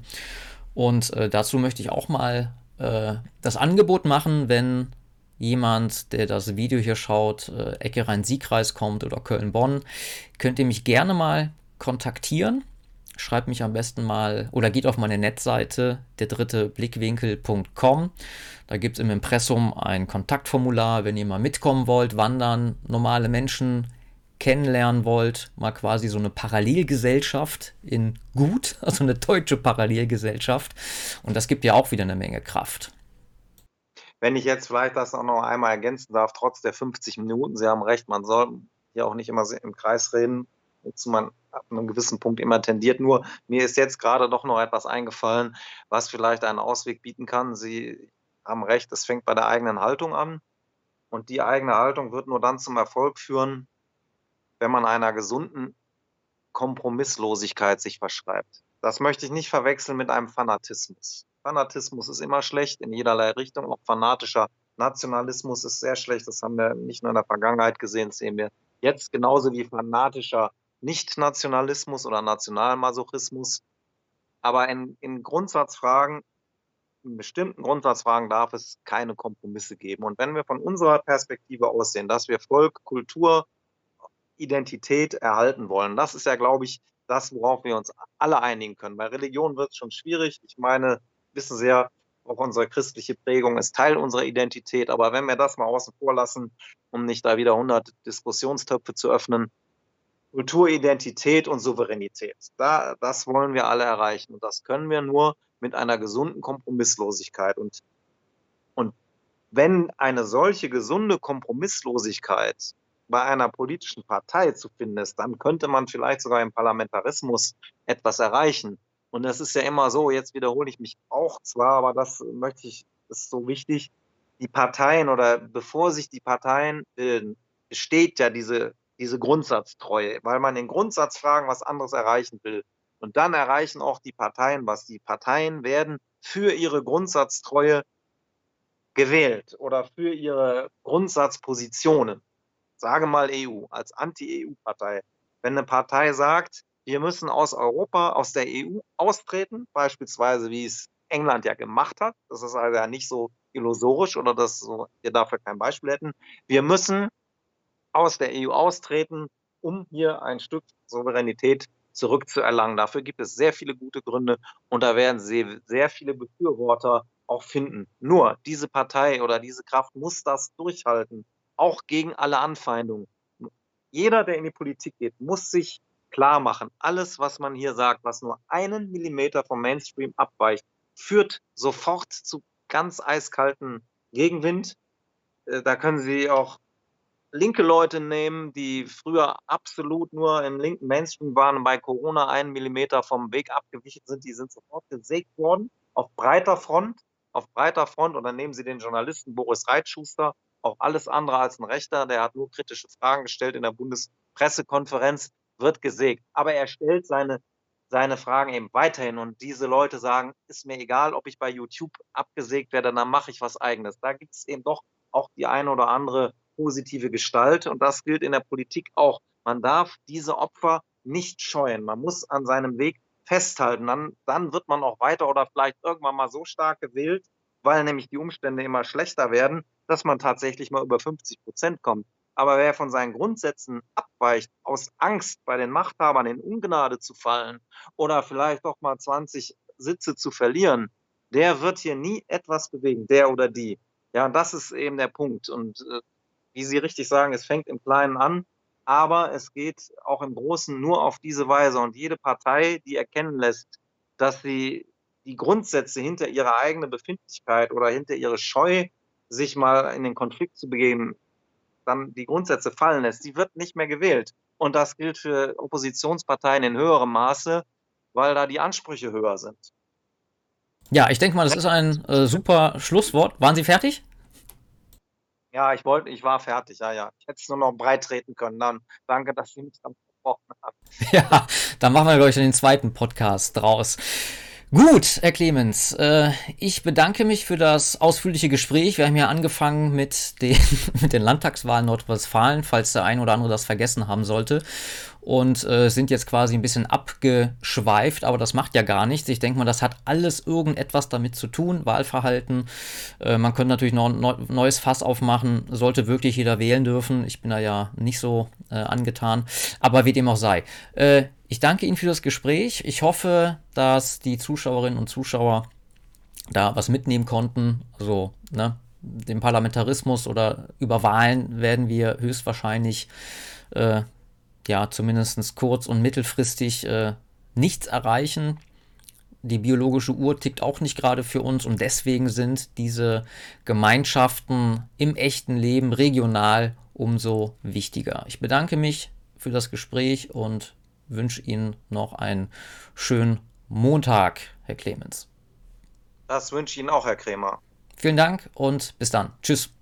Und äh, dazu möchte ich auch mal äh, das Angebot machen, wenn jemand, der das Video hier schaut, äh, Ecke Rhein-Sieg-Kreis kommt oder Köln-Bonn, könnt ihr mich gerne mal kontaktieren. Schreibt mich am besten mal oder geht auf meine Netseite der dritte Blickwinkel Punkt com. Da gibt es im Impressum ein Kontaktformular, wenn ihr mal mitkommen wollt, wandern, normale Menschen kennenlernen wollt, mal quasi so eine Parallelgesellschaft in gut, also eine deutsche Parallelgesellschaft. Und das gibt ja auch wieder eine Menge Kraft. Wenn ich jetzt vielleicht das auch noch einmal ergänzen darf, trotz der fünfzig Minuten, Sie haben recht, man soll hier auch nicht immer im Kreis reden, wozu man ab einem gewissen Punkt immer tendiert. Nur mir ist jetzt gerade doch noch etwas eingefallen, was vielleicht einen Ausweg bieten kann. Sie haben recht, es fängt bei der eigenen Haltung an und die eigene Haltung wird nur dann zum Erfolg führen, wenn man einer gesunden Kompromisslosigkeit sich verschreibt. Das möchte ich nicht verwechseln mit einem Fanatismus. Fanatismus ist immer schlecht in jederlei Richtung. Auch fanatischer Nationalismus ist sehr schlecht. Das haben wir nicht nur in der Vergangenheit gesehen, das sehen wir jetzt genauso wie fanatischer Nicht-Nationalismus oder Nationalmasochismus. Aber in, in Grundsatzfragen, in bestimmten Grundsatzfragen darf es keine Kompromisse geben. Und wenn wir von unserer Perspektive aussehen, dass wir Volk, Kultur, Identität erhalten wollen. Das ist ja, glaube ich, das, worauf wir uns alle einigen können. Bei Religion wird es schon schwierig. Ich meine, wissen Sie ja, auch unsere christliche Prägung ist Teil unserer Identität. Aber wenn wir das mal außen vor lassen, um nicht da wieder hundert Diskussionstöpfe zu öffnen, Kultur, Identität und Souveränität, da, das wollen wir alle erreichen. Und das können wir nur mit einer gesunden Kompromisslosigkeit. Und, und wenn eine solche gesunde Kompromisslosigkeit bei einer politischen Partei zu finden ist, dann könnte man vielleicht sogar im Parlamentarismus etwas erreichen. Und das ist ja immer so, jetzt wiederhole ich mich auch zwar, aber das möchte ich, das ist so wichtig, die Parteien oder bevor sich die Parteien bilden, besteht ja diese, diese Grundsatztreue, weil man in Grundsatzfragen was anderes erreichen will. Und dann erreichen auch die Parteien was. Die Parteien werden für ihre Grundsatztreue gewählt oder für ihre Grundsatzpositionen. Sage mal E U, als Anti-E U-Partei. Wenn eine Partei sagt, Wir müssen aus Europa, aus der E U austreten, beispielsweise wie es England ja gemacht hat. Das ist also ja nicht so illusorisch oder dass so wir dafür kein Beispiel hätten. Wir müssen aus der E U austreten, um hier ein Stück Souveränität zurückzuerlangen. Dafür gibt es sehr viele gute Gründe und da werden Sie sehr viele Befürworter auch finden. Nur diese Partei oder diese Kraft muss das durchhalten, auch gegen alle Anfeindungen. Jeder, der in die Politik geht, muss sich klar machen, alles, was man hier sagt, was nur einen Millimeter vom Mainstream abweicht, führt sofort zu ganz eiskalten Gegenwind. Da können Sie auch linke Leute nehmen, die früher absolut nur im linken Mainstream waren und bei Corona einen Millimeter vom Weg abgewichen sind, die sind sofort gesägt worden, auf breiter Front, auf breiter Front. Und dann nehmen Sie den Journalisten Boris Reitschuster, auch alles andere als ein Rechter, der hat nur kritische Fragen gestellt in der Bundespressekonferenz, wird gesägt. Aber er stellt seine, seine Fragen eben weiterhin und diese Leute sagen, ist mir egal, ob ich bei YouTube abgesägt werde, dann mache ich was Eigenes. Da gibt es eben doch auch die eine oder andere positive Gestalt und das gilt in der Politik auch. Man darf diese Opfer nicht scheuen. Man muss an seinem Weg festhalten. Dann, dann wird man auch weiter oder vielleicht irgendwann mal so stark gewählt, weil nämlich die Umstände immer schlechter werden, dass man tatsächlich mal über fünfzig Prozent kommt. Aber wer von seinen Grundsätzen abweicht, aus Angst, bei den Machthabern in Ungnade zu fallen oder vielleicht doch mal zwanzig Sitze zu verlieren, der wird hier nie etwas bewegen, der oder die. Ja, und das ist eben der Punkt. Und äh, wie Sie richtig sagen, es fängt im Kleinen an, aber es geht auch im Großen nur auf diese Weise. Und jede Partei, die erkennen lässt, dass sie die Grundsätze hinter ihrer eigenen Befindlichkeit oder hinter ihre Scheu, sich mal in den Konflikt zu begeben, dann die Grundsätze fallen lässt, die wird nicht mehr gewählt. Und das gilt für Oppositionsparteien in höherem Maße, weil da die Ansprüche höher sind. Ja, ich denke mal, das ist ein äh, super Schlusswort. Waren Sie fertig? Ja, ich wollte, ich war fertig, ja, ja. Ich hätte es nur noch breit treten können. Dann danke, dass Sie mich dann verbrochen haben. Ja, dann machen wir, glaube ich, den zweiten Podcast draus. Gut, Herr Clemens, äh, ich bedanke mich für das ausführliche Gespräch. Wir haben ja angefangen mit den, mit den Landtagswahlen Nordrhein-Westfalen, falls der ein oder andere das vergessen haben sollte. Und äh, sind jetzt quasi ein bisschen abgeschweift, aber das macht ja gar nichts. Ich denke mal, das hat alles irgendetwas damit zu tun, Wahlverhalten. Äh, man könnte natürlich noch ein neues Fass aufmachen, sollte wirklich jeder wählen dürfen. Ich bin da ja nicht so äh, angetan, aber wie dem auch sei. Äh, ich danke Ihnen für das Gespräch. Ich hoffe, dass die Zuschauerinnen und Zuschauer da was mitnehmen konnten. Also, ne, den Parlamentarismus oder über Wahlen werden wir höchstwahrscheinlich äh, ja, zumindest kurz- und mittelfristig äh, nichts erreichen. Die biologische Uhr tickt auch nicht gerade für uns und deswegen sind diese Gemeinschaften im echten Leben regional umso wichtiger. Ich bedanke mich für das Gespräch und wünsche Ihnen noch einen schönen Montag, Herr Clemens. Das wünsche ich Ihnen auch, Herr Krämer. Vielen Dank und bis dann. Tschüss.